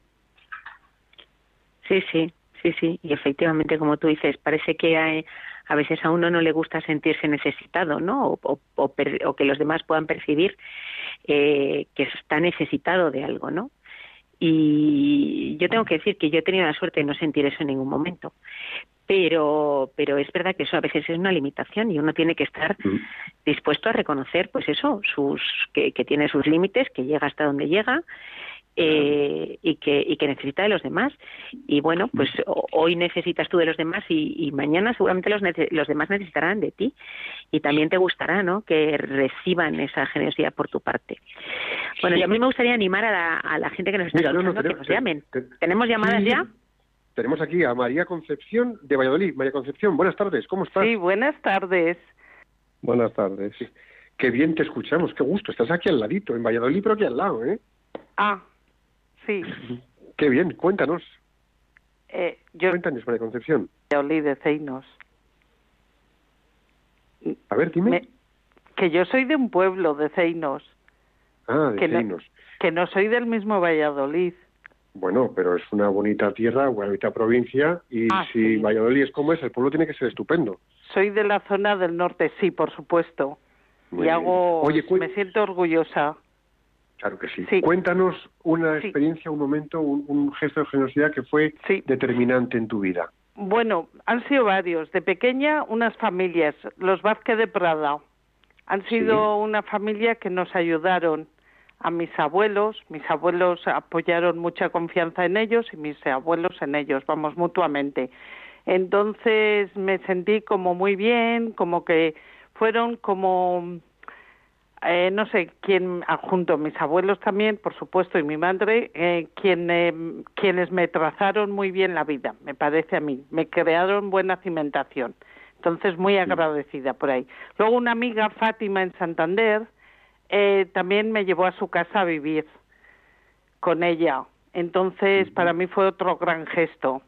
Sí, sí. Sí, sí, y efectivamente, como tú dices, parece que hay, a veces a uno no le gusta sentirse necesitado, ¿no? O, o, o, per, o que los demás puedan percibir eh, que está necesitado de algo, ¿no? Y yo tengo que decir que yo he tenido la suerte de no sentir eso en ningún momento, pero pero es verdad que eso a veces es una limitación y uno tiene que estar dispuesto a reconocer, pues eso, sus que, que tiene sus límites, que llega hasta donde llega. Eh, y que y que necesita de los demás, y bueno, pues hoy necesitas tú de los demás y, y mañana seguramente los nece- los demás necesitarán de ti, y también te gustará, ¿no?, que reciban esa generosidad por tu parte. Bueno, y a mí me gustaría animar a la, a la gente que nos está Mira, escuchando, no, no, tenemos, que nos llamen. te, te, ¿Tenemos llamadas sí, ya? Tenemos aquí a María Concepción de Valladolid. María Concepción, buenas tardes, ¿cómo estás? Sí, buenas tardes. Buenas tardes. Sí. Qué bien te escuchamos, qué gusto. Estás aquí al ladito, en Valladolid, pero aquí al lado, ¿eh? Ah, sí. Qué bien, cuéntanos. Eh, yo Cuéntanos, María Concepción. Valladolid de Ceinos. A ver, dime. Me, que yo soy de un pueblo de Ceinos. Ah, de que Ceinos. No, que no soy del mismo Valladolid. Bueno, pero es una bonita tierra, una bonita provincia, y ah, si sí. Valladolid es como es, el pueblo tiene que ser estupendo. Soy de la zona del norte, sí, por supuesto. Muy y hago, Oye, cu- me siento orgullosa. Claro que sí. sí. Cuéntanos una sí. experiencia, un momento, un, un gesto de generosidad que fue sí. determinante en tu vida. Bueno, han sido varios. De pequeña, unas familias, los Vázquez de Prada. Han sido sí. una familia que nos ayudaron a mis abuelos. Mis abuelos apoyaron mucha confianza en ellos y mis abuelos en ellos, vamos, mutuamente. Entonces me sentí como muy bien, como que fueron como... Eh, no sé quién, junto a mis abuelos también, por supuesto, y mi madre, eh, quien, eh, quienes me trazaron muy bien la vida, me parece a mí, me crearon buena cimentación. Entonces, muy agradecida por ahí. Luego, una amiga, Fátima, en Santander, eh, también me llevó a su casa a vivir con ella. Entonces, uh-huh. para mí fue otro gran gesto.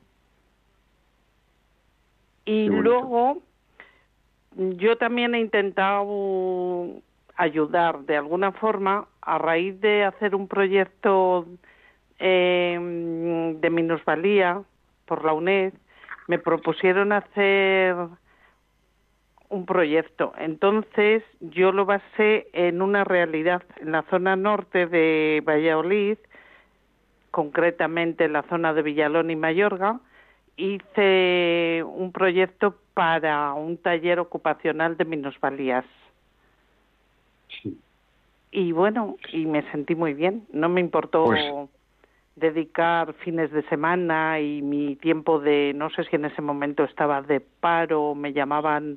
Y luego, yo también he intentado ayudar de alguna forma a raíz de hacer un proyecto eh, de minusvalía por la UNED. Me propusieron hacer un proyecto. Entonces yo lo basé en una realidad. En la zona norte de Valladolid, concretamente en la zona de Villalón y Mayorga, hice un proyecto para un taller ocupacional de minusvalías. Sí. Y bueno, y me sentí muy bien. No me importó Pues... dedicar fines de semana y mi tiempo de, no sé si en ese momento estaba de paro, me llamaban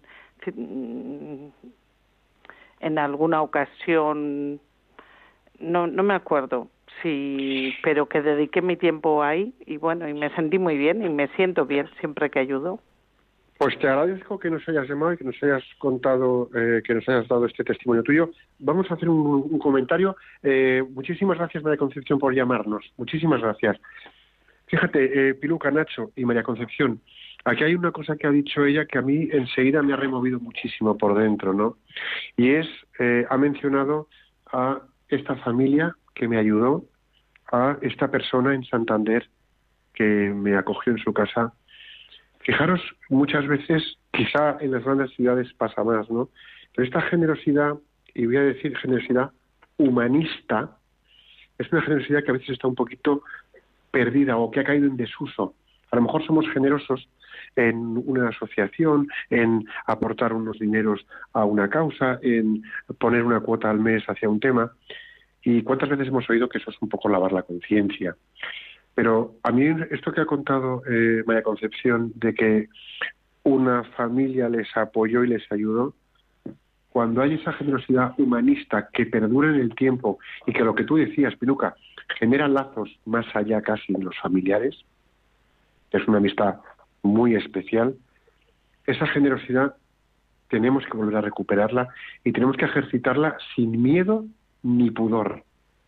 en alguna ocasión, no no me acuerdo, sí, pero que dediqué mi tiempo ahí y bueno, y me sentí muy bien y me siento bien siempre que ayudo. Pues te agradezco que nos hayas llamado y que nos hayas contado, eh, que nos hayas dado este testimonio tuyo. Vamos a hacer un, un comentario. Eh, muchísimas gracias, María Concepción, por llamarnos. Muchísimas gracias. Fíjate, eh, Piluca, Nacho y María Concepción, aquí hay una cosa que ha dicho ella que a mí enseguida me ha removido muchísimo por dentro, ¿no? Y es, eh, ha mencionado a esta familia que me ayudó, a esta persona en Santander que me acogió en su casa. Fijaros, muchas veces, quizá en las grandes ciudades pasa más, ¿no? Pero esta generosidad, y voy a decir generosidad humanista, es una generosidad que a veces está un poquito perdida o que ha caído en desuso. A lo mejor somos generosos en una asociación, en aportar unos dineros a una causa, en poner una cuota al mes hacia un tema. ¿Y cuántas veces hemos oído que eso es un poco lavar la conciencia? Pero a mí esto que ha contado eh, María Concepción, de que una familia les apoyó y les ayudó, cuando hay esa generosidad humanista que perdura en el tiempo y que lo que tú decías, Piluca, genera lazos más allá casi de los familiares, es una amistad muy especial, esa generosidad tenemos que volver a recuperarla y tenemos que ejercitarla sin miedo ni pudor.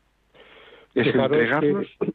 Es Fijaros entregarnos... que...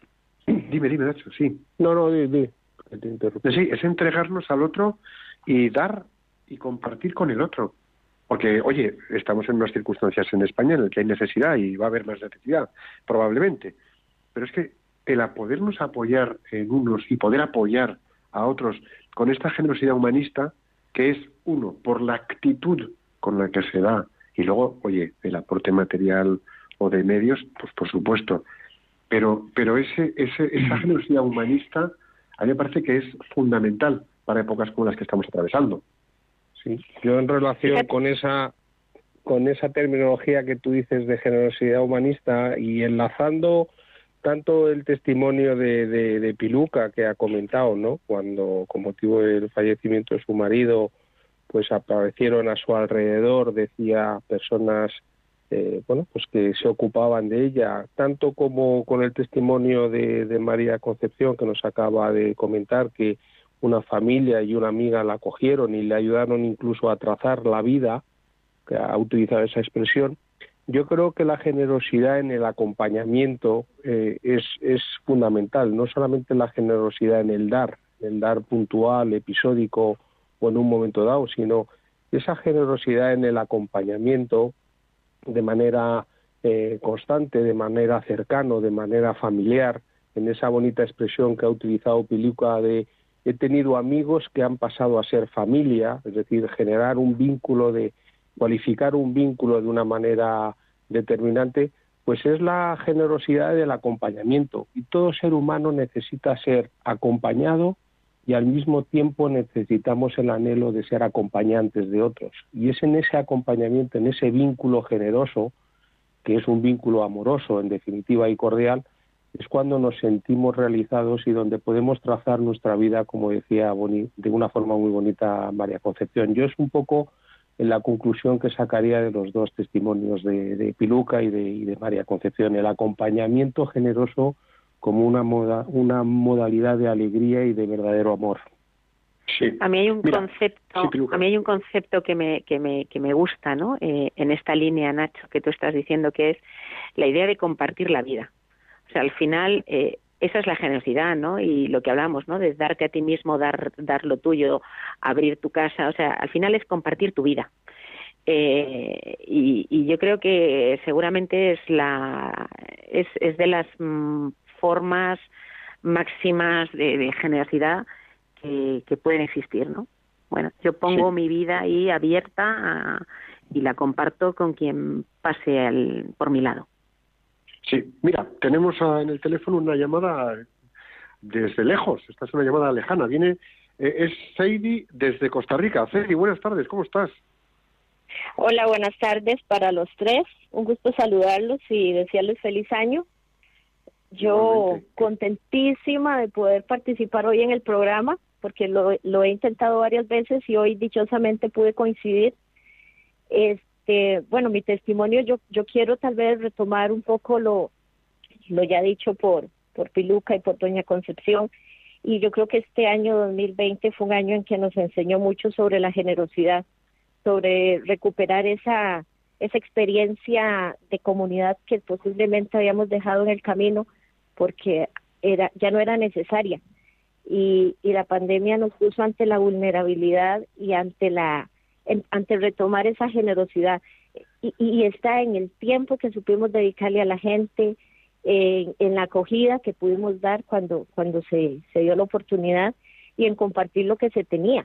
Dime, dime, Nacho, sí. No, no, di, di, que te interrumpo. Sí, es entregarnos al otro y dar y compartir con el otro. Porque, oye, estamos en unas circunstancias en España en las que hay necesidad y va a haber más necesidad, probablemente. Pero es que el a podernos apoyar en unos y poder apoyar a otros con esta generosidad humanista, que es, uno, por la actitud con la que se da, y luego, oye, el aporte material o de medios, pues por supuesto. Pero, pero ese, ese, esa generosidad humanista a mí me parece que es fundamental para épocas como las que estamos atravesando. Sí, yo en relación con esa con esa terminología que tú dices de generosidad humanista y enlazando tanto el testimonio de, de, de Piluca que ha comentado, ¿no? Cuando con motivo del fallecimiento de su marido, pues aparecieron a su alrededor, decía, personas Eh, bueno, pues que se ocupaban de ella, tanto como con el testimonio de, de María Concepción, que nos acaba de comentar que una familia y una amiga la acogieron y le ayudaron incluso a trazar la vida, que ha utilizado esa expresión. Yo creo que la generosidad en el acompañamiento eh, es, es fundamental, no solamente la generosidad en el dar, el dar puntual, episódico o en un momento dado, sino esa generosidad en el acompañamiento de manera eh, constante, de manera cercana, de manera familiar, en esa bonita expresión que ha utilizado Piluca de he tenido amigos que han pasado a ser familia, es decir, generar un vínculo, de cualificar un vínculo de una manera determinante, pues es la generosidad del acompañamiento. Y todo ser humano necesita ser acompañado y al mismo tiempo necesitamos el anhelo de ser acompañantes de otros. Y es en ese acompañamiento, en ese vínculo generoso, que es un vínculo amoroso, en definitiva, y cordial, es cuando nos sentimos realizados y donde podemos trazar nuestra vida, como decía boni- de una forma muy bonita María Concepción. Yo es un poco en la conclusión que sacaría de los dos testimonios de, de Piluca y de, y de María Concepción, el acompañamiento generoso como una moda, una modalidad de alegría y de verdadero amor. Sí. A mí hay un Mira, concepto, sí, Piluca. a mí hay un concepto que me que me que me gusta, ¿no? Eh, en esta línea, Nacho, que tú estás diciendo, que es la idea de compartir la vida. O sea, al final eh, esa es la generosidad, ¿no? Y lo que hablamos, ¿no? De darte a ti mismo, dar dar lo tuyo, abrir tu casa. O sea, al final es compartir tu vida. Eh, y, y yo creo que seguramente es la es, es de las mm, formas máximas de, de generosidad que, que pueden existir, ¿no? bueno, yo pongo Sí. mi vida ahí abierta a, y la comparto con quien pase al, por mi lado. Sí, mira, tenemos a, en el teléfono una llamada desde lejos. Esta es una llamada lejana. Viene, eh, es Seidi desde Costa Rica. Seidi, buenas tardes, ¿cómo estás? Hola, buenas tardes para los tres. Un gusto saludarlos y desearles feliz año. Yo Igualmente. contentísima de poder participar hoy en el programa, porque lo, lo he intentado varias veces y hoy dichosamente pude coincidir. Este, bueno, mi testimonio, yo yo quiero tal vez retomar un poco lo, lo ya dicho por, por Piluca y por Doña Concepción, y yo creo que este año dos mil veinte fue un año en que nos enseñó mucho sobre la generosidad, sobre recuperar esa esa experiencia de comunidad que posiblemente habíamos dejado en el camino porque era ya no era necesaria, y, y la pandemia nos puso ante la vulnerabilidad y ante la en, ante retomar esa generosidad, y, y está en el tiempo que supimos dedicarle a la gente, en, en la acogida que pudimos dar cuando cuando se, se dio la oportunidad, y en compartir lo que se tenía,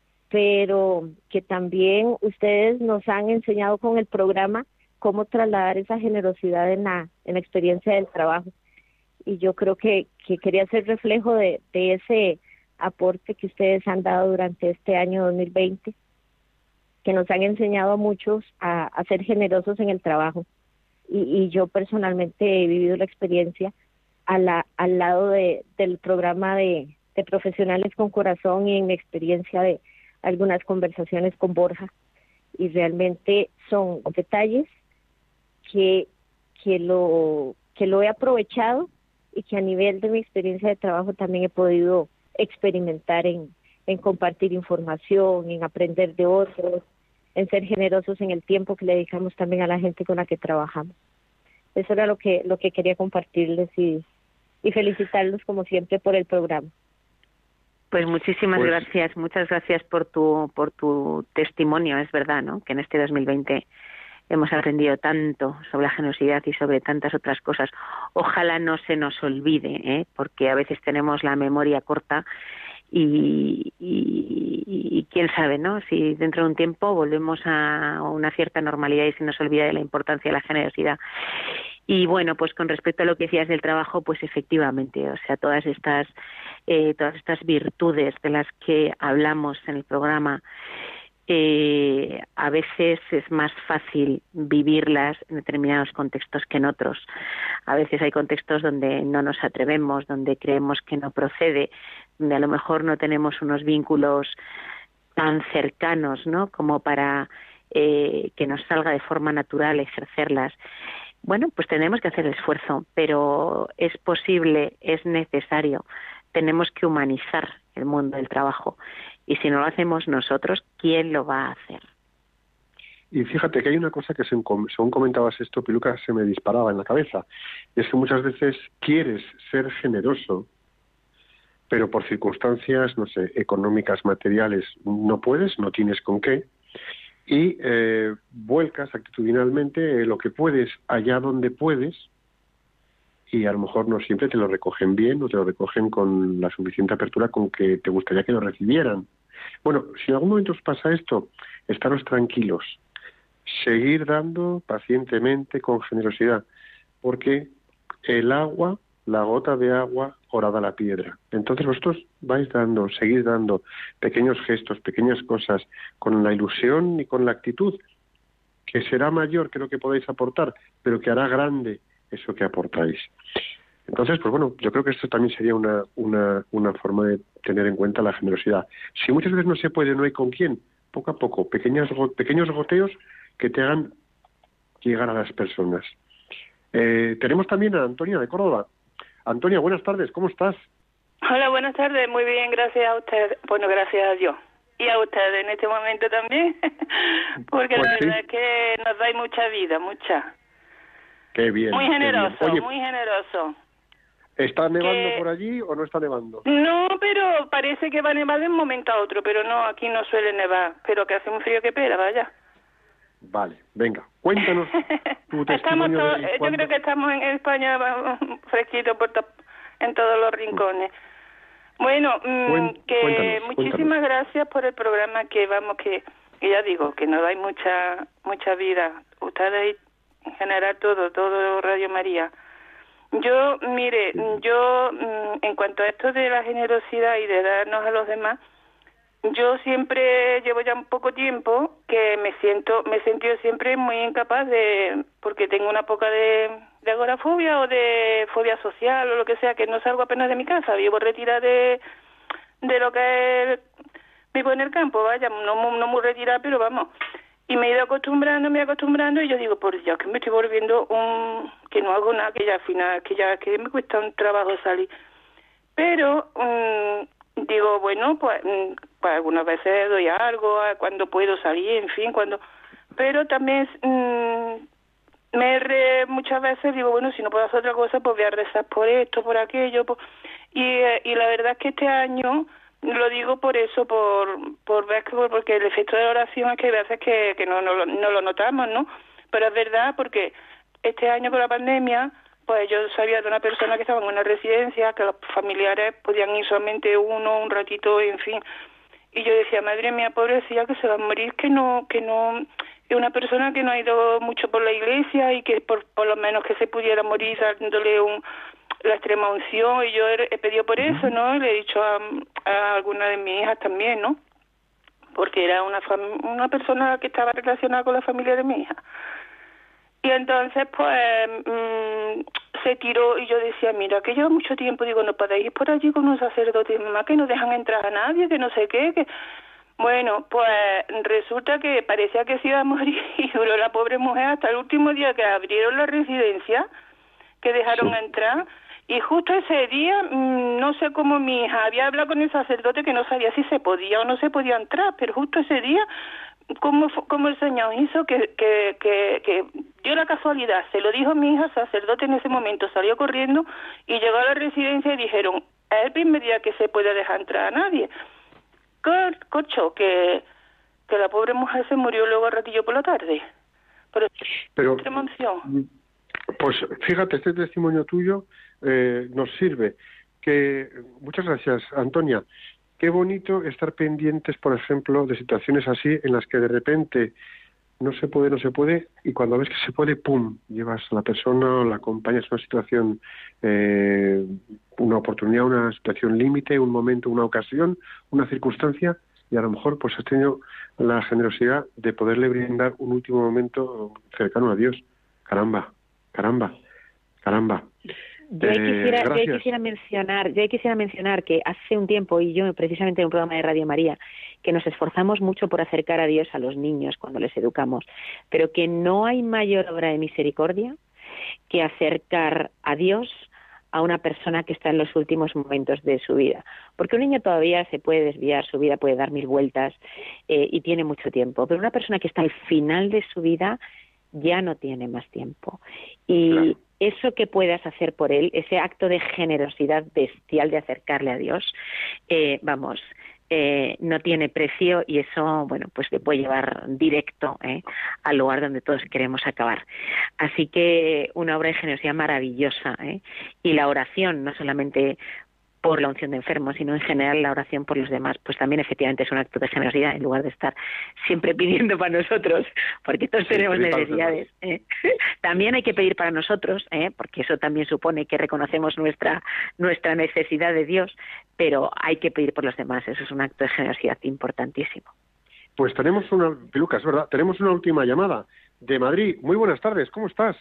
pero que también ustedes nos han enseñado con el programa cómo trasladar esa generosidad en la, en la experiencia del trabajo. Y yo creo que, que quería ser reflejo de, de ese aporte que ustedes han dado durante este año dos mil veinte, que nos han enseñado a muchos a, a ser generosos en el trabajo. Y, y yo personalmente he vivido la experiencia a la, al lado de, del programa de, de Profesionales con Corazón, y en mi experiencia de algunas conversaciones con Borja, y realmente son detalles que, que, lo, que lo he aprovechado, y que a nivel de mi experiencia de trabajo también he podido experimentar en, en compartir información, en aprender de otros, en ser generosos en el tiempo que le dedicamos también a la gente con la que trabajamos. Eso era lo que lo que quería compartirles, y, y felicitarlos como siempre por el programa. Pues muchísimas Pues- gracias, muchas gracias por tu por tu testimonio. Es verdad, ¿no?, que en este dos mil veinte hemos aprendido tanto sobre la generosidad y sobre tantas otras cosas. Ojalá no se nos olvide, ¿eh?, porque a veces tenemos la memoria corta, y, y, y quién sabe, ¿no?, si dentro de un tiempo volvemos a una cierta normalidad y se nos olvida de la importancia de la generosidad. Y bueno, pues con respecto a lo que decías del trabajo, pues efectivamente, o sea, todas estas eh, todas estas virtudes de las que hablamos en el programa, eh, a veces es más fácil vivirlas en determinados contextos que en otros. A veces hay contextos donde no nos atrevemos, donde creemos que no procede, donde a lo mejor no tenemos unos vínculos tan cercanos, ¿no?, como para eh, que nos salga de forma natural ejercerlas. Bueno, pues tenemos que hacer el esfuerzo, pero es posible, es necesario. Tenemos que humanizar el mundo del trabajo. Y si no lo hacemos nosotros, ¿quién lo va a hacer? Y fíjate que hay una cosa que, según comentabas esto, Piluca, se me disparaba en la cabeza. Y es que muchas veces quieres ser generoso, pero por circunstancias, no sé, económicas, materiales, no puedes, no tienes con qué, y eh, vuelcas actitudinalmente lo que puedes allá donde puedes, y a lo mejor no siempre te lo recogen bien, o te lo recogen con la suficiente apertura con que te gustaría que lo recibieran. Bueno, si en algún momento os pasa esto, estaros tranquilos, seguir dando pacientemente, con generosidad, porque el agua, la gota de agua, orada la piedra. Entonces vosotros vais dando, seguís dando pequeños gestos, pequeñas cosas, con la ilusión y con la actitud, que será mayor que lo que podéis aportar, pero que hará grande eso que aportáis. Entonces, pues bueno, yo creo que esto también sería una, una, una forma de tener en cuenta la generosidad. Si muchas veces no se puede, no hay con quién, poco a poco, pequeños, pequeños goteos que te hagan llegar a las personas. Eh, tenemos también a Antonia de Córdoba. Antonia, buenas tardes, ¿cómo estás? Hola, buenas tardes, muy bien, gracias a usted. Bueno, gracias a Dios. Y a ustedes en este momento también, porque pues la sí. verdad es que nos dais mucha vida, mucha. Qué bien. Muy generoso, qué bien. Oye, muy generoso. ¿está nevando que... por allí o no está nevando? No, pero parece que va a nevar de un momento a otro, pero no, aquí no suele nevar, pero que hace un frío que pela, vaya. Vale, venga, cuéntanos tu Estamos testimonio. to- de yo cuándo... creo que estamos en España fresquito por to- en todos los rincones. Bueno, mmm, Cuen- que cuéntanos, muchísimas cuéntanos. gracias por el programa, que vamos, que, que ya digo, que nos dais mucha mucha vida. Ustedes en general todo, todo Radio María. Yo, mire, yo mmm, en cuanto a esto de la generosidad y de darnos a los demás, yo siempre llevo ya un poco tiempo que me siento, me he sentido siempre muy incapaz de, porque tengo una poca de, de agorafobia o de fobia social o lo que sea, que no salgo apenas de mi casa, vivo retirada de, de lo que es, vivo en el campo, vaya, no, mu- no muy retirada, pero vamos, y me he ido acostumbrando, me he ido acostumbrando, y yo digo, por Dios, que me estoy volviendo un, que no hago nada, que ya al final, que ya, que me cuesta un trabajo salir, pero, um, digo, bueno, pues, pues algunas veces doy algo, cuando puedo salir, en fin, cuando... Pero también mmm, me re, muchas veces digo, bueno, si no puedo hacer otra cosa, pues voy a rezar por esto, por aquello, por... Y, y la verdad es que este año, lo digo por eso, por por ver que, porque el efecto de la oración es que hay veces que, que no, no, lo- no lo notamos, ¿no? Pero es verdad, porque este año con la pandemia... Pues yo sabía de una persona que estaba en una residencia, que los familiares podían ir solamente uno, un ratito, en fin. Y yo decía, madre mía, pobrecilla, que se va a morir, que no, que no, es una persona que no ha ido mucho por la iglesia y que por, por lo menos que se pudiera morir dándole un, la extrema unción. Y yo he, he pedido por eso, ¿no? Y le he dicho a, a alguna de mis hijas también, ¿no? Porque era una, fam- una persona que estaba relacionada con la familia de mi hija. Y entonces, pues, mmm, se tiró y yo decía, mira, que lleva mucho tiempo, digo, no podéis ir por allí con un sacerdote, mamá, que no dejan entrar a nadie, que no sé qué, que... Bueno, pues resulta que parecía que se iba a morir y duró la pobre mujer hasta el último día que abrieron la residencia, que dejaron Sí. entrar, y justo ese día, mmm, no sé cómo mi hija había hablado con el sacerdote que no sabía si se podía o no se podía entrar, pero justo ese día... Como, como el Señor hizo que, que, que, que dio la casualidad, se lo dijo mi hija, sacerdote en ese momento, salió corriendo y llegó a la residencia y dijeron, es el primer día que se puede dejar entrar a nadie. Co- Cocho, que, que la pobre mujer se murió luego al ratillo por la tarde. Pero, Pero, extrema unción. pues fíjate, este testimonio tuyo eh, nos sirve. Que muchas gracias, Antonia. Qué bonito estar pendientes, por ejemplo, de situaciones así en las que de repente no se puede, no se puede, y cuando ves que se puede, ¡pum!, llevas a la persona, la acompañas a una situación, eh, una oportunidad, una situación límite, un momento, una ocasión, una circunstancia, y a lo mejor pues has tenido la generosidad de poderle brindar un último momento cercano a Dios. Caramba, caramba, caramba. Yo ahí, Eh, quisiera, yo ahí gracias. quisiera mencionar, yo ahí quisiera mencionar que hace un tiempo, y yo precisamente en un programa de Radio María, que nos esforzamos mucho por acercar a Dios a los niños cuando les educamos, pero que no hay mayor obra de misericordia que acercar a Dios a una persona que está en los últimos momentos de su vida. Porque un niño todavía se puede desviar, su vida puede dar mil vueltas eh, y tiene mucho tiempo, pero una persona que está al final de su vida ya no tiene más tiempo. Y Claro. eso que puedas hacer por él, ese acto de generosidad bestial de acercarle a Dios, eh, vamos, eh, no tiene precio, y eso, bueno, pues le puede llevar directo eh, al lugar donde todos queremos acabar. Así que una obra de generosidad maravillosa, ¿eh? Y la oración, no solamente por la unción de enfermos, sino en general la oración por los demás, pues también efectivamente es un acto de generosidad, en lugar de estar siempre pidiendo para nosotros, porque todos Sí, tenemos pedir para los necesidades. ¿eh? También hay que pedir para nosotros, ¿eh? Porque eso también supone que reconocemos nuestra nuestra necesidad de Dios, pero hay que pedir por los demás, eso es un acto de generosidad importantísimo. Pues tenemos una, Lucas, ¿verdad? Tenemos una última llamada de Madrid. Muy buenas tardes, ¿cómo estás?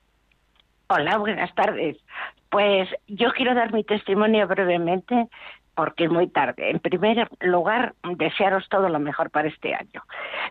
Hola, buenas tardes. Pues yo quiero dar mi testimonio brevemente porque es muy tarde. En primer lugar, desearos todo lo mejor para este año.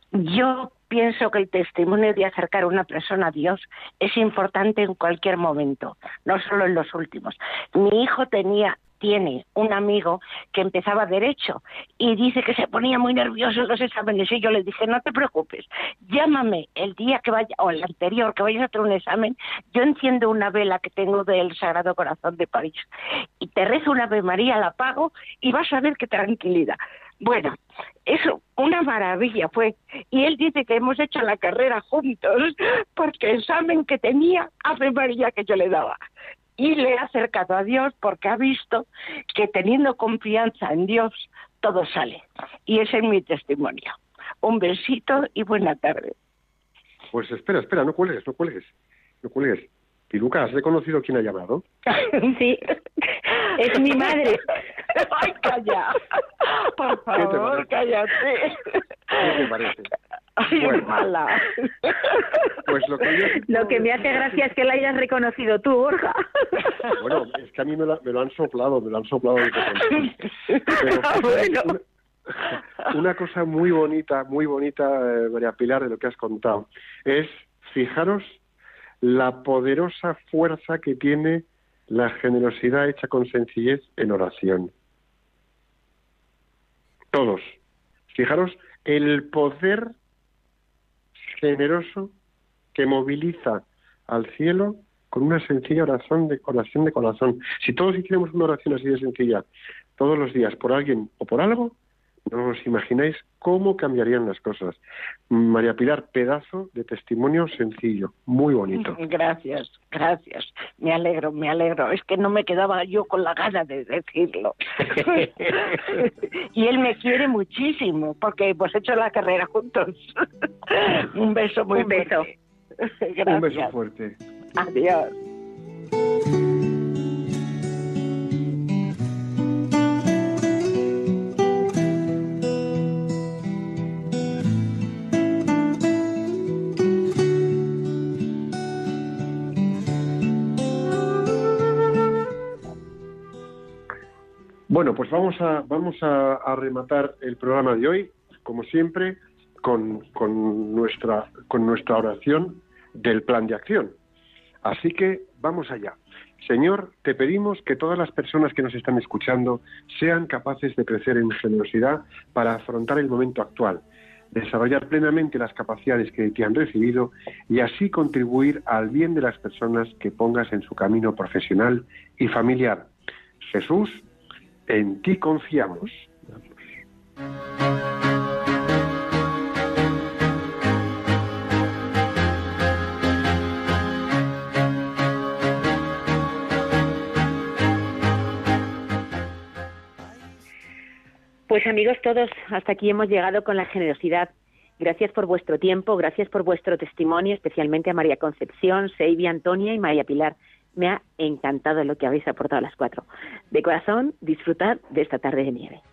Yo pienso que el testimonio de acercar a una persona a Dios es importante en cualquier momento, no solo en los últimos. Mi hijo tenía... tiene un amigo que empezaba Derecho y dice que se ponía muy nervioso en los exámenes, y yo le dije, no te preocupes, llámame el día que vaya, o el anterior, que vayas a hacer un examen, yo enciendo una vela que tengo del Sagrado Corazón de París y te rezo una Ave María, la apago y vas a ver qué tranquilidad. Bueno, eso, una maravilla fue. Y él dice que hemos hecho la carrera juntos porque el examen que tenía, Ave María que yo le daba. y le ha acercado a Dios porque ha visto que teniendo confianza en Dios todo sale. Y ese es mi testimonio. Un besito y buena tarde. Pues espera, espera, no cuelgues, no cuelgues, no cuelgues. Piluca, ¿has reconocido quién ha llamado? Sí, es mi madre. ¡Ay, calla! Por favor, cállate. ¿Qué te parece? Ay, Bueno. mala. Pues lo que yo... Lo que me hace gracia es que la hayas reconocido tú, Borja. Bueno, es que a mí me lo, me lo han soplado, me lo han soplado. De Pero, Bueno. una, una cosa muy bonita, muy bonita, eh, María Pilar, de lo que has contado, es, fijaros, la poderosa fuerza que tiene la generosidad hecha con sencillez en oración. Todos. Fijaros el poder generoso que moviliza al cielo con una sencilla oración de, oración de corazón. Si todos hiciéramos una oración así de sencilla todos los días por alguien o por algo, no os imagináis cómo cambiarían las cosas. María Pilar, pedazo de testimonio sencillo, muy bonito. Gracias, gracias. Me alegro, me alegro. Es que no me quedaba yo con la gana de decirlo. Y él me quiere muchísimo porque hemos hecho la carrera juntos. Un beso muy Un beso. fuerte. Gracias. Un beso fuerte. Adiós. Bueno, pues vamos a vamos a, a rematar el programa de hoy, como siempre, con, con nuestra con nuestra oración del plan de acción. Así que vamos allá. Señor, te pedimos que todas las personas que nos están escuchando sean capaces de crecer en generosidad para afrontar el momento actual, desarrollar plenamente las capacidades que te han recibido y así contribuir al bien de las personas que pongas en su camino profesional y familiar. Jesús, en ti confiamos. Pues amigos todos, hasta aquí hemos llegado con la generosidad. Gracias por vuestro tiempo, gracias por vuestro testimonio, especialmente a María Concepción, Seibi, Antonia y María Pilar. Me ha encantado lo que habéis aportado a las cuatro. De corazón, disfrutad de esta tarde de nieve.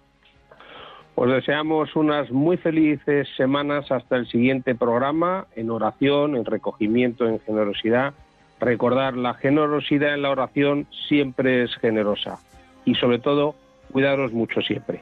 Os deseamos unas muy felices semanas hasta el siguiente programa, en oración, en recogimiento, en generosidad. Recordar, la generosidad en la oración siempre es generosa. Y sobre todo, cuidaros mucho siempre.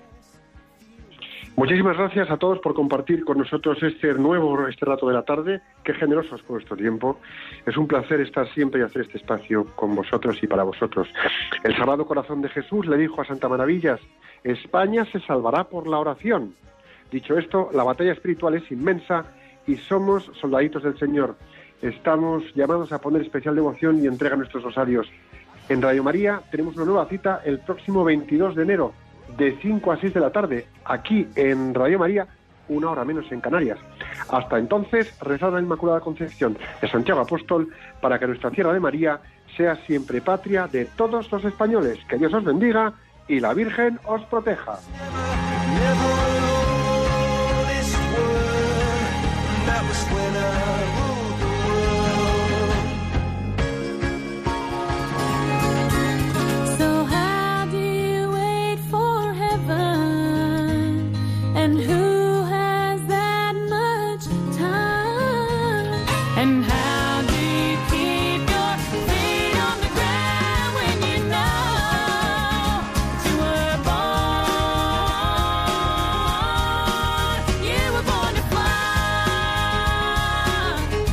Muchísimas gracias a todos por compartir con nosotros este nuevo, este rato de la tarde. Qué generosos por vuestro tiempo. Es un placer estar siempre y hacer este espacio con vosotros y para vosotros. El Sagrado Corazón de Jesús le dijo a Santa Maravillas: España se salvará por la oración. Dicho esto, la batalla espiritual es inmensa y somos soldaditos del Señor. Estamos llamados a poner especial devoción y entrega a nuestros rosarios. En Radio María tenemos una nueva cita el próximo veintidós de enero, de cinco a seis de la tarde, aquí en Radio María, una hora menos en Canarias. Hasta entonces, rezad a la Inmaculada Concepción de Santiago Apóstol para que nuestra tierra de María sea siempre patria de todos los españoles. Que Dios os bendiga y la Virgen os proteja.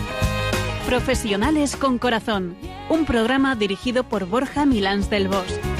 Profesionales con Corazón, un programa dirigido por Borja Milans del Bosch.